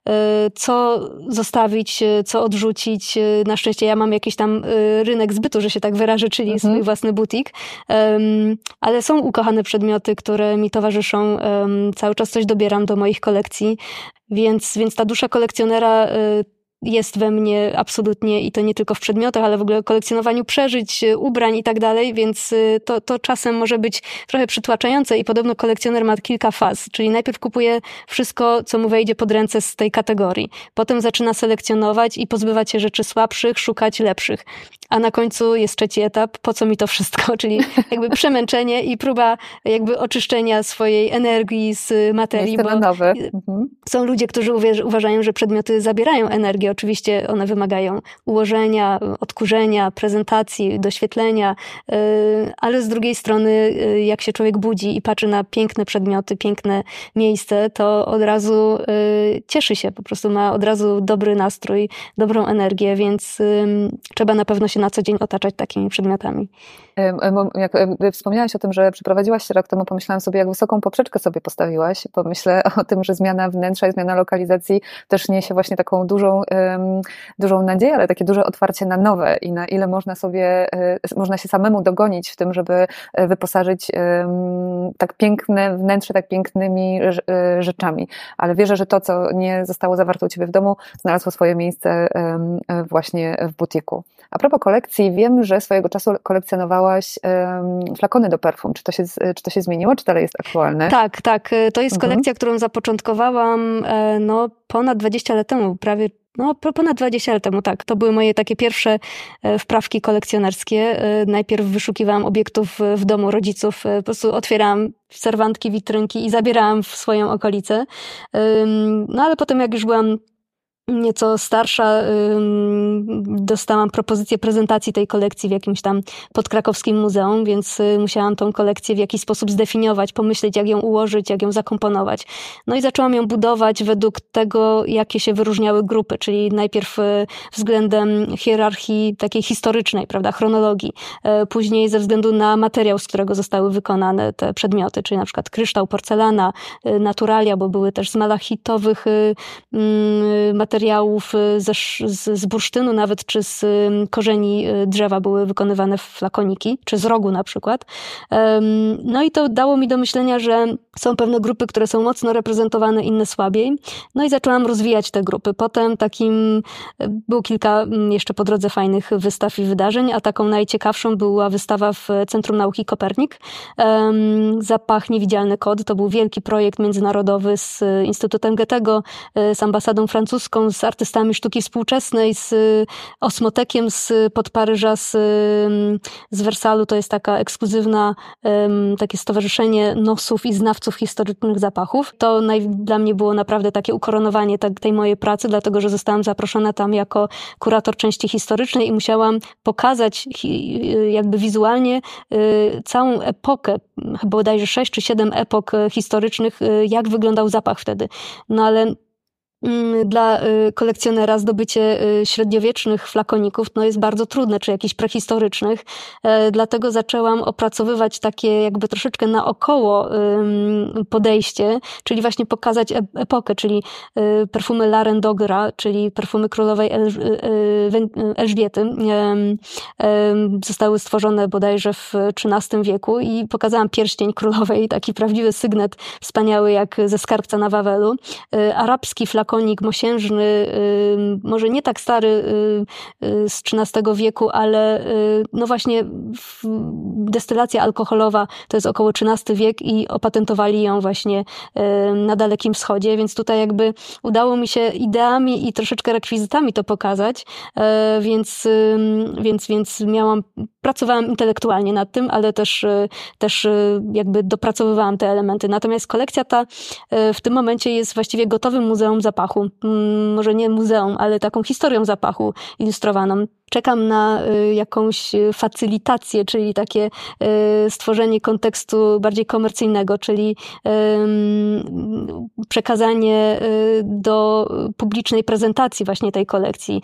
[SPEAKER 2] co zostawić, co odrzucić. Rzucić. Na szczęście ja mam jakiś tam rynek zbytu, że się tak wyrażę, czyli mhm. swój własny butik. Um, ale są ukochane przedmioty, które mi towarzyszą. Um, cały czas coś dobieram do moich kolekcji, więc, więc ta dusza kolekcjonera jest we mnie absolutnie i to nie tylko w przedmiotach, ale w ogóle w kolekcjonowaniu przeżyć, ubrań i tak dalej, więc to, to czasem może być trochę przytłaczające i podobno kolekcjoner ma kilka faz, czyli najpierw kupuje wszystko, co mu wejdzie pod ręce z tej kategorii. Potem zaczyna selekcjonować i pozbywać się rzeczy słabszych, szukać lepszych. A na końcu jest trzeci etap, po co mi to wszystko, czyli jakby przemęczenie i próba jakby oczyszczenia swojej energii z materii, bo
[SPEAKER 1] nowy. Mhm.
[SPEAKER 2] Są ludzie, którzy uważają, że przedmioty zabierają energię. Oczywiście one wymagają ułożenia, odkurzenia, prezentacji, doświetlenia, ale z drugiej strony jak się człowiek budzi i patrzy na piękne przedmioty, piękne miejsce, to od razu cieszy się, po prostu ma od razu dobry nastrój, dobrą energię, więc trzeba na pewno się na co dzień otaczać takimi przedmiotami.
[SPEAKER 1] Jak wspomniałaś o tym, że przeprowadziłaś się rok temu, pomyślałam sobie, jak wysoką poprzeczkę sobie postawiłaś. Pomyślę o tym, że zmiana wnętrza i zmiana lokalizacji też niesie właśnie taką dużą, dużą nadzieję, ale takie duże otwarcie na nowe i na ile można sobie, można się samemu dogonić w tym, żeby wyposażyć tak piękne wnętrze tak pięknymi rzeczami. Ale wierzę, że to, co nie zostało zawarte u ciebie w domu, znalazło swoje miejsce właśnie w butiku. A propos kolekcji, wiem, że swojego czasu kolekcjonowałaś um, flakony do perfum. Czy to się, czy to się zmieniło, czy dalej jest aktualne?
[SPEAKER 2] Tak, tak. To jest
[SPEAKER 1] mhm.
[SPEAKER 2] kolekcja, którą zapoczątkowałam no, ponad dwadzieścia lat temu, prawie No, ponad dwadzieścia lat temu, tak. To były moje takie pierwsze wprawki kolekcjonerskie. Najpierw wyszukiwałam obiektów w domu rodziców, po prostu otwierałam serwantki, witrynki i zabierałam w swoją okolicę. No, ale potem jak już byłam nieco starsza, dostałam propozycję prezentacji tej kolekcji w jakimś tam podkrakowskim muzeum, więc musiałam tą kolekcję w jakiś sposób zdefiniować, pomyśleć, jak ją ułożyć, jak ją zakomponować. No i zaczęłam ją budować według tego, jakie się wyróżniały grupy, czyli najpierw względem hierarchii takiej historycznej, prawda, chronologii, później ze względu na materiał, z którego zostały wykonane te przedmioty, czyli na przykład kryształ, porcelana, naturalia, bo były też z malachitowych materiałów, materiałów ze, z, z bursztynu nawet, czy z korzeni drzewa były wykonywane flakoniki, czy z rogu na przykład. No i to dało mi do myślenia, że są pewne grupy, które są mocno reprezentowane, inne słabiej. No i zaczęłam rozwijać te grupy. Potem takim, było kilka jeszcze po drodze fajnych wystaw i wydarzeń, a taką najciekawszą była wystawa w Centrum Nauki Kopernik. Zapach Niewidzialny Kod. To był wielki projekt międzynarodowy z Instytutem Goethego, z ambasadą francuską, współpracą z artystami sztuki współczesnej, z Osmotekiem z pod Paryża, z, z Wersalu. To jest taka ekskluzywna, takie stowarzyszenie nosów i znawców historycznych zapachów. To naj, dla mnie było naprawdę takie ukoronowanie tej mojej pracy, dlatego że zostałam zaproszona tam jako kurator części historycznej i musiałam pokazać jakby wizualnie całą epokę, chyba bodajże sześć czy siedem epok historycznych, jak wyglądał zapach wtedy. No ale dla kolekcjonera zdobycie średniowiecznych flakoników no jest bardzo trudne, czy jakichś prehistorycznych. Dlatego zaczęłam opracowywać takie jakby troszeczkę naokoło podejście, czyli właśnie pokazać epokę, czyli perfumy La Reine d'Ogra, czyli perfumy królowej Elżbiety. Zostały stworzone bodajże w trzynastym wieku i pokazałam pierścień królowej, taki prawdziwy sygnet, wspaniały jak ze skarbca na Wawelu. Arabski flakonik mosiężny, może nie tak stary z trzynastego wieku, ale no właśnie destylacja alkoholowa to jest około trzynasty wiek i opatentowali ją właśnie na Dalekim Wschodzie, więc tutaj jakby udało mi się ideami i troszeczkę rekwizytami to pokazać, więc, więc, więc miałam, pracowałam intelektualnie nad tym, ale też, też jakby dopracowywałam te elementy. Natomiast kolekcja ta w tym momencie jest właściwie gotowym muzeum zapachu. Może nie muzeum, ale taką historią zapachu ilustrowaną. Czekam na jakąś facylitację, czyli takie stworzenie kontekstu bardziej komercyjnego, czyli przekazanie do publicznej prezentacji właśnie tej kolekcji.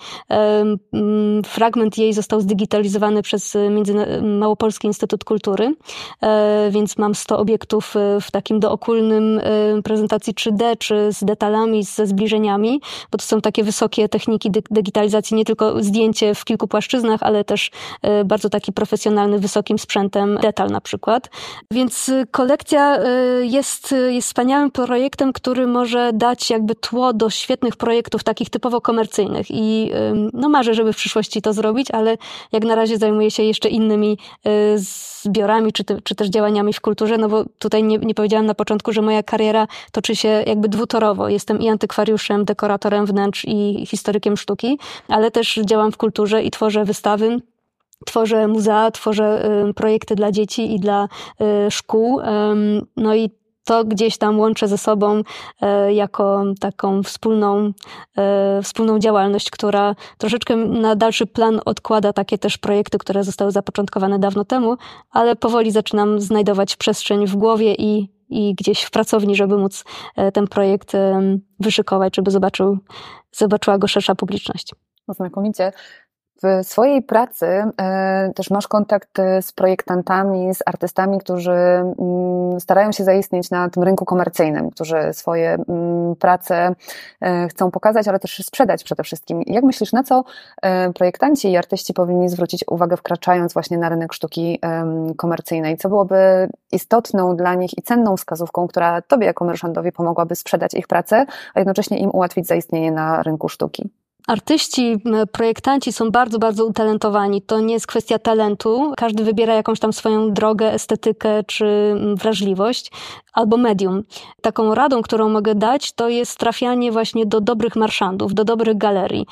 [SPEAKER 2] Fragment jej został zdigitalizowany przez Małopolski Instytut Kultury, więc mam sto obiektów w takim dookólnym prezentacji trzy D, czy z detalami, ze zbliżeniami, bo to są takie wysokie techniki digitalizacji, nie tylko zdjęcie w kilku płaszczyznach, ale też bardzo taki profesjonalny, wysokim sprzętem, detal na przykład. Więc kolekcja jest, jest wspaniałym projektem, który może dać jakby tło do świetnych projektów takich typowo komercyjnych i no marzę, żeby w przyszłości to zrobić, ale jak na razie zajmuję się jeszcze innymi zbiorami, czy, czy też działaniami w kulturze, no bo tutaj nie, nie powiedziałam na początku, że moja kariera toczy się jakby dwutorowo. Jestem i antykwariuszem, dekoratorem wnętrz i historykiem sztuki, ale też działam w kulturze i tworzę wystawy, tworzę muzea, tworzę projekty dla dzieci i dla szkół. No i to gdzieś tam łączę ze sobą jako taką wspólną, wspólną działalność, która troszeczkę na dalszy plan odkłada takie też projekty, które zostały zapoczątkowane dawno temu, ale powoli zaczynam znajdować przestrzeń w głowie i, i gdzieś w pracowni, żeby móc ten projekt wyszykować, żeby zobaczył, zobaczyła go szersza publiczność.
[SPEAKER 1] Znakomicie. W swojej pracy e, też masz kontakt z projektantami, z artystami, którzy mm, starają się zaistnieć na tym rynku komercyjnym, którzy swoje mm, prace e, chcą pokazać, ale też sprzedać przede wszystkim. Jak myślisz, na co e, projektanci i artyści powinni zwrócić uwagę, wkraczając właśnie na rynek sztuki e, komercyjnej? Co byłoby istotną dla nich i cenną wskazówką, która tobie jako merchantowi pomogłaby sprzedać ich pracę, a jednocześnie im ułatwić zaistnienie na rynku sztuki?
[SPEAKER 2] Artyści, projektanci są bardzo, bardzo utalentowani. To nie jest kwestia talentu. Każdy wybiera jakąś tam swoją drogę, estetykę czy wrażliwość albo medium. Taką radą, którą mogę dać, to jest trafianie właśnie do dobrych marszandów, do dobrych galerii.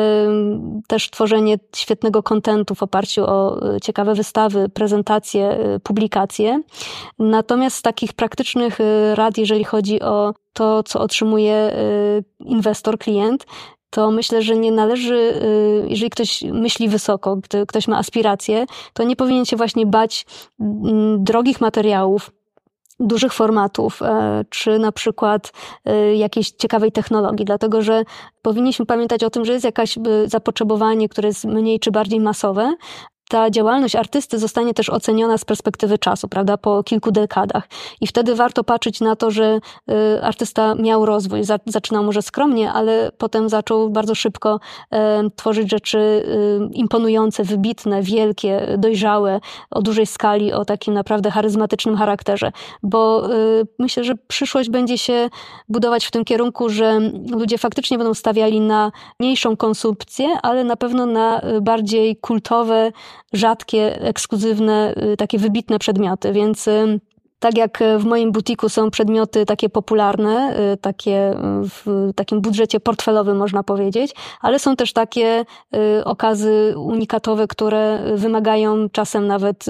[SPEAKER 2] Też tworzenie świetnego kontentu w oparciu o ciekawe wystawy, prezentacje, publikacje. Natomiast z takich praktycznych rad, jeżeli chodzi o to, co otrzymuje inwestor, klient, to myślę, że nie należy, jeżeli ktoś myśli wysoko, gdy ktoś ma aspiracje, to nie powinien się właśnie bać drogich materiałów, dużych formatów, czy na przykład jakiejś ciekawej technologii, dlatego że powinniśmy pamiętać o tym, że jest jakieś zapotrzebowanie, które jest mniej czy bardziej masowe. Ta działalność artysty zostanie też oceniona z perspektywy czasu, prawda, po kilku dekadach. I wtedy warto patrzeć na to, że y, artysta miał rozwój. Za, zaczynał może skromnie, ale potem zaczął bardzo szybko y, tworzyć rzeczy y, imponujące, wybitne, wielkie, dojrzałe, o dużej skali, o takim naprawdę charyzmatycznym charakterze. Bo y, myślę, że przyszłość będzie się budować w tym kierunku, że ludzie faktycznie będą stawiali na mniejszą konsumpcję, ale na pewno na bardziej kultowe, rzadkie, ekskluzywne, takie wybitne przedmioty, więc Tak jak w moim butiku są przedmioty takie popularne, takie w takim budżecie portfelowym można powiedzieć, ale są też takie okazy unikatowe, które wymagają czasem nawet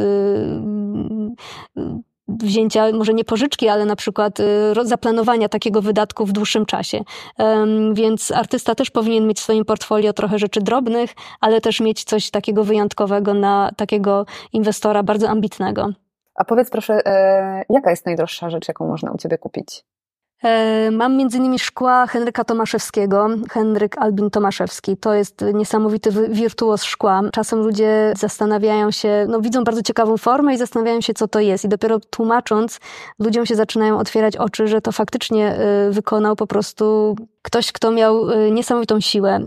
[SPEAKER 2] wzięcia, może nie pożyczki, ale na przykład zaplanowania takiego wydatku w dłuższym czasie. Więc artysta też powinien mieć w swoim portfolio trochę rzeczy drobnych, ale też mieć coś takiego wyjątkowego na takiego inwestora bardzo ambitnego.
[SPEAKER 1] A powiedz proszę, jaka jest najdroższa rzecz, jaką można u Ciebie kupić?
[SPEAKER 2] Mam między innymi szkła Henryka Tomaszewskiego, Henryk Albin Tomaszewski. To jest niesamowity wirtuoz szkła. Czasem ludzie zastanawiają się, no widzą bardzo ciekawą formę i zastanawiają się, co to jest. I dopiero tłumacząc, ludziom się zaczynają otwierać oczy, że to faktycznie wykonał po prostu ktoś, kto miał niesamowitą siłę.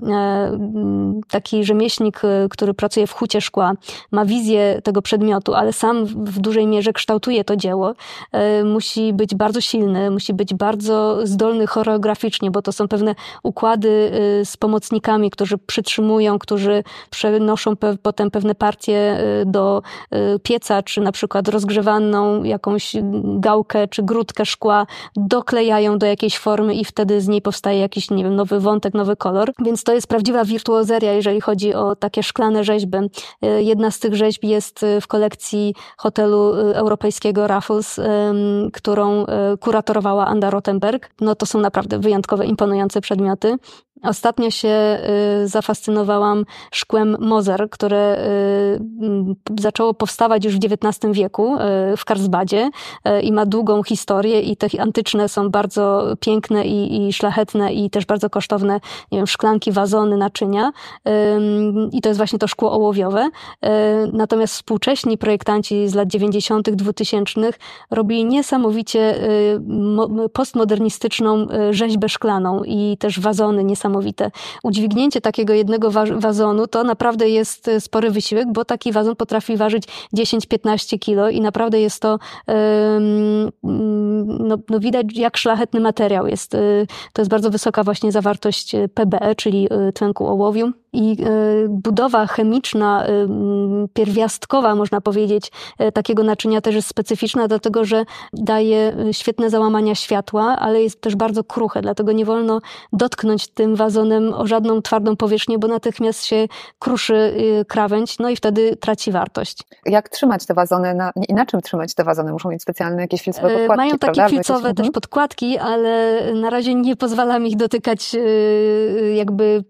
[SPEAKER 2] Taki rzemieślnik, który pracuje w hucie szkła, ma wizję tego przedmiotu, ale sam w dużej mierze kształtuje to dzieło. Musi być bardzo silny, musi być bardzo zdolny choreograficznie, bo to są pewne układy z pomocnikami, którzy przytrzymują, którzy przenoszą pe- potem pewne partie do pieca, czy na przykład rozgrzewaną jakąś gałkę, czy grudkę szkła doklejają do jakiejś formy i wtedy z niej powstaje jakiś, nie wiem, nowy wątek, nowy kolor. Więc to jest prawdziwa wirtuozeria, jeżeli chodzi o takie szklane rzeźby. Jedna z tych rzeźb jest w kolekcji hotelu europejskiego Raffles, którą kuratorowała Anda Rothenberg. No to są naprawdę wyjątkowe, imponujące przedmioty. Ostatnio się y, zafascynowałam szkłem Moser, które y, zaczęło powstawać już w dziewiętnastym wieku y, w Karlsbadzie y, i ma długą historię i te antyczne są bardzo piękne i, i szlachetne i też bardzo kosztowne, nie wiem, szklanki, wazony, naczynia y, i to jest właśnie to szkło ołowiowe. Y, natomiast współcześni projektanci z lat dziewięćdziesiątych, dwutysięcznych robili niesamowicie y, mo, postmodernistyczną y, rzeźbę szklaną i też wazony niesamowite. Udźwignięcie takiego jednego wa- wazonu to naprawdę jest spory wysiłek, bo taki wazon potrafi ważyć dziesięć do piętnastu kilo i naprawdę jest to, ym, no, no widać jak szlachetny materiał jest. Yy, to jest bardzo wysoka właśnie zawartość P B E, czyli yy, tlenku ołowiu. I y, budowa chemiczna, y, pierwiastkowa, można powiedzieć, y, takiego naczynia też jest specyficzna, dlatego że daje świetne załamania światła, ale jest też bardzo kruche, dlatego nie wolno dotknąć tym wazonem o żadną twardą powierzchnię, bo natychmiast się kruszy y, krawędź, no i wtedy traci wartość.
[SPEAKER 1] Jak trzymać te wazony, na, i na czym trzymać te wazony? Muszą mieć specjalne jakieś filcowe podkładki,
[SPEAKER 2] Mają takie
[SPEAKER 1] prawda?
[SPEAKER 2] filcowe
[SPEAKER 1] jakieś...
[SPEAKER 2] też mhm. podkładki, ale na razie nie pozwalam ich dotykać y, jakby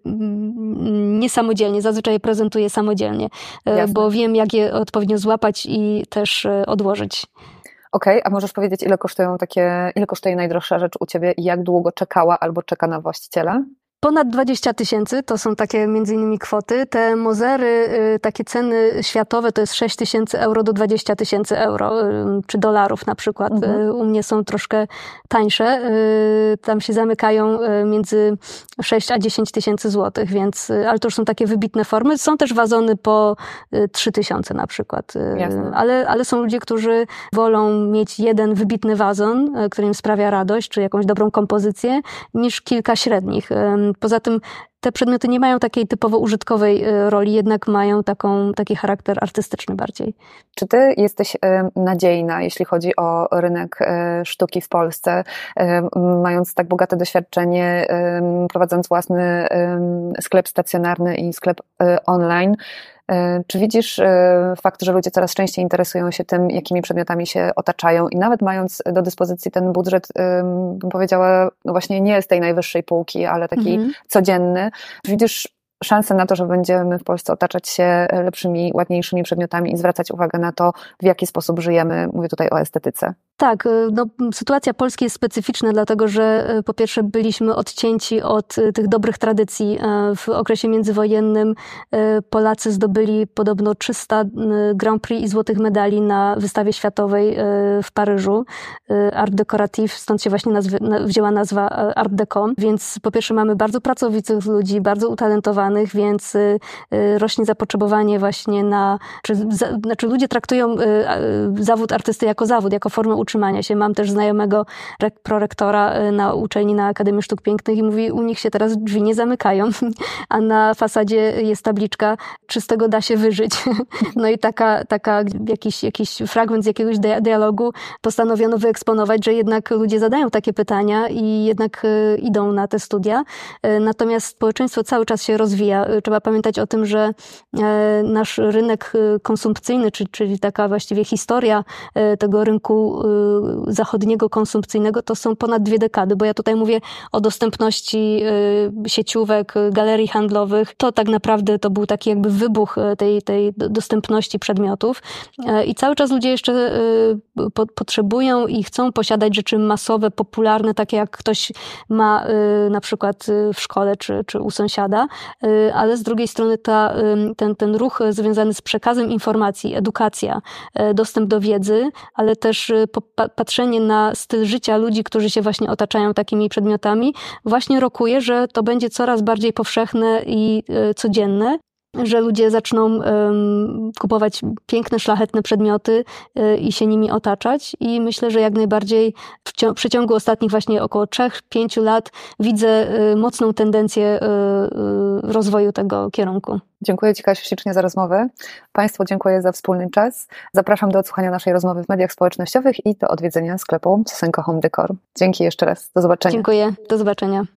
[SPEAKER 2] y, niesamodzielnie, zazwyczaj je prezentuję samodzielnie, Jasne. Bo wiem, jak je odpowiednio złapać i też odłożyć.
[SPEAKER 1] Okej, okay, a możesz powiedzieć, ile kosztują takie, ile kosztuje najdroższa rzecz u Ciebie i jak długo czekała albo czeka na właściciela?
[SPEAKER 2] Ponad dwadzieścia tysięcy to są takie między innymi kwoty. Te mozery, takie ceny światowe to jest sześć tysięcy euro do dwadzieścia tysięcy euro, czy dolarów na przykład. Mhm. U mnie są troszkę tańsze. Tam się zamykają między sześć a dziesięć tysięcy złotych, więc, ale to już są takie wybitne formy. Są też wazony po trzy tysiące na przykład. Jasne. Ale, ale są ludzie, którzy wolą mieć jeden wybitny wazon, który im sprawia radość, czy jakąś dobrą kompozycję, niż kilka średnich. Poza tym te przedmioty nie mają takiej typowo użytkowej roli, jednak mają taką, taki charakter artystyczny bardziej.
[SPEAKER 1] Czy ty jesteś nadziejna, jeśli chodzi o rynek sztuki w Polsce, mając tak bogate doświadczenie, prowadząc własny sklep stacjonarny i sklep online? Czy widzisz fakt, że ludzie coraz częściej interesują się tym, jakimi przedmiotami się otaczają i nawet mając do dyspozycji ten budżet, bym powiedziała, no właśnie nie z tej najwyższej półki, ale taki mhm. codzienny, czy widzisz szansę na to, że będziemy w Polsce otaczać się lepszymi, ładniejszymi przedmiotami i zwracać uwagę na to, w jaki sposób żyjemy? Mówię tutaj o estetyce.
[SPEAKER 2] Tak, no, sytuacja Polski jest specyficzna, dlatego że po pierwsze byliśmy odcięci od tych dobrych tradycji. W okresie międzywojennym Polacy zdobyli podobno trzysta Grand Prix i złotych medali na wystawie światowej w Paryżu. Art Decoratif, stąd się właśnie nazwy, wzięła nazwa Art Deco. Więc po pierwsze mamy bardzo pracowitych ludzi, bardzo utalentowanych, wybranych, więc rośnie zapotrzebowanie właśnie na, czy, znaczy ludzie traktują zawód artysty jako zawód, jako formę utrzymania się. Mam też znajomego prorektora na uczelni na Akademii Sztuk Pięknych i mówi, u nich się teraz drzwi nie zamykają, a na fasadzie jest tabliczka, czy z tego da się wyżyć. No i taka, taka jakiś, jakiś fragment z jakiegoś dialogu postanowiono wyeksponować, że jednak ludzie zadają takie pytania i jednak idą na te studia. Natomiast społeczeństwo cały czas się rozwija. Trzeba pamiętać o tym, że nasz rynek konsumpcyjny, czyli taka właściwie historia tego rynku zachodniego konsumpcyjnego, to są ponad dwie dekady, bo ja tutaj mówię o dostępności sieciówek, galerii handlowych. To tak naprawdę to był taki jakby wybuch tej, tej dostępności przedmiotów i cały czas ludzie jeszcze po, potrzebują i chcą posiadać rzeczy masowe, popularne, takie jak ktoś ma na przykład w szkole czy, czy u sąsiada, ale z drugiej strony ta, ten, ten ruch związany z przekazem informacji, edukacja, dostęp do wiedzy, ale też patrzenie na styl życia ludzi, którzy się właśnie otaczają takimi przedmiotami, właśnie rokuje, że to będzie coraz bardziej powszechne i codzienne, że ludzie zaczną um, kupować piękne, szlachetne przedmioty y, i się nimi otaczać i myślę, że jak najbardziej w cio- przeciągu ostatnich właśnie około trzech pięciu lat widzę y, mocną tendencję y, y, rozwoju tego kierunku.
[SPEAKER 1] Dziękuję Ci, Kasiu, ślicznie za rozmowę. Państwu dziękuję za wspólny czas. Zapraszam do odsłuchania naszej rozmowy w mediach społecznościowych i do odwiedzenia sklepu Sosenko Home Decor. Dzięki jeszcze raz. Do zobaczenia.
[SPEAKER 2] Dziękuję. Do zobaczenia.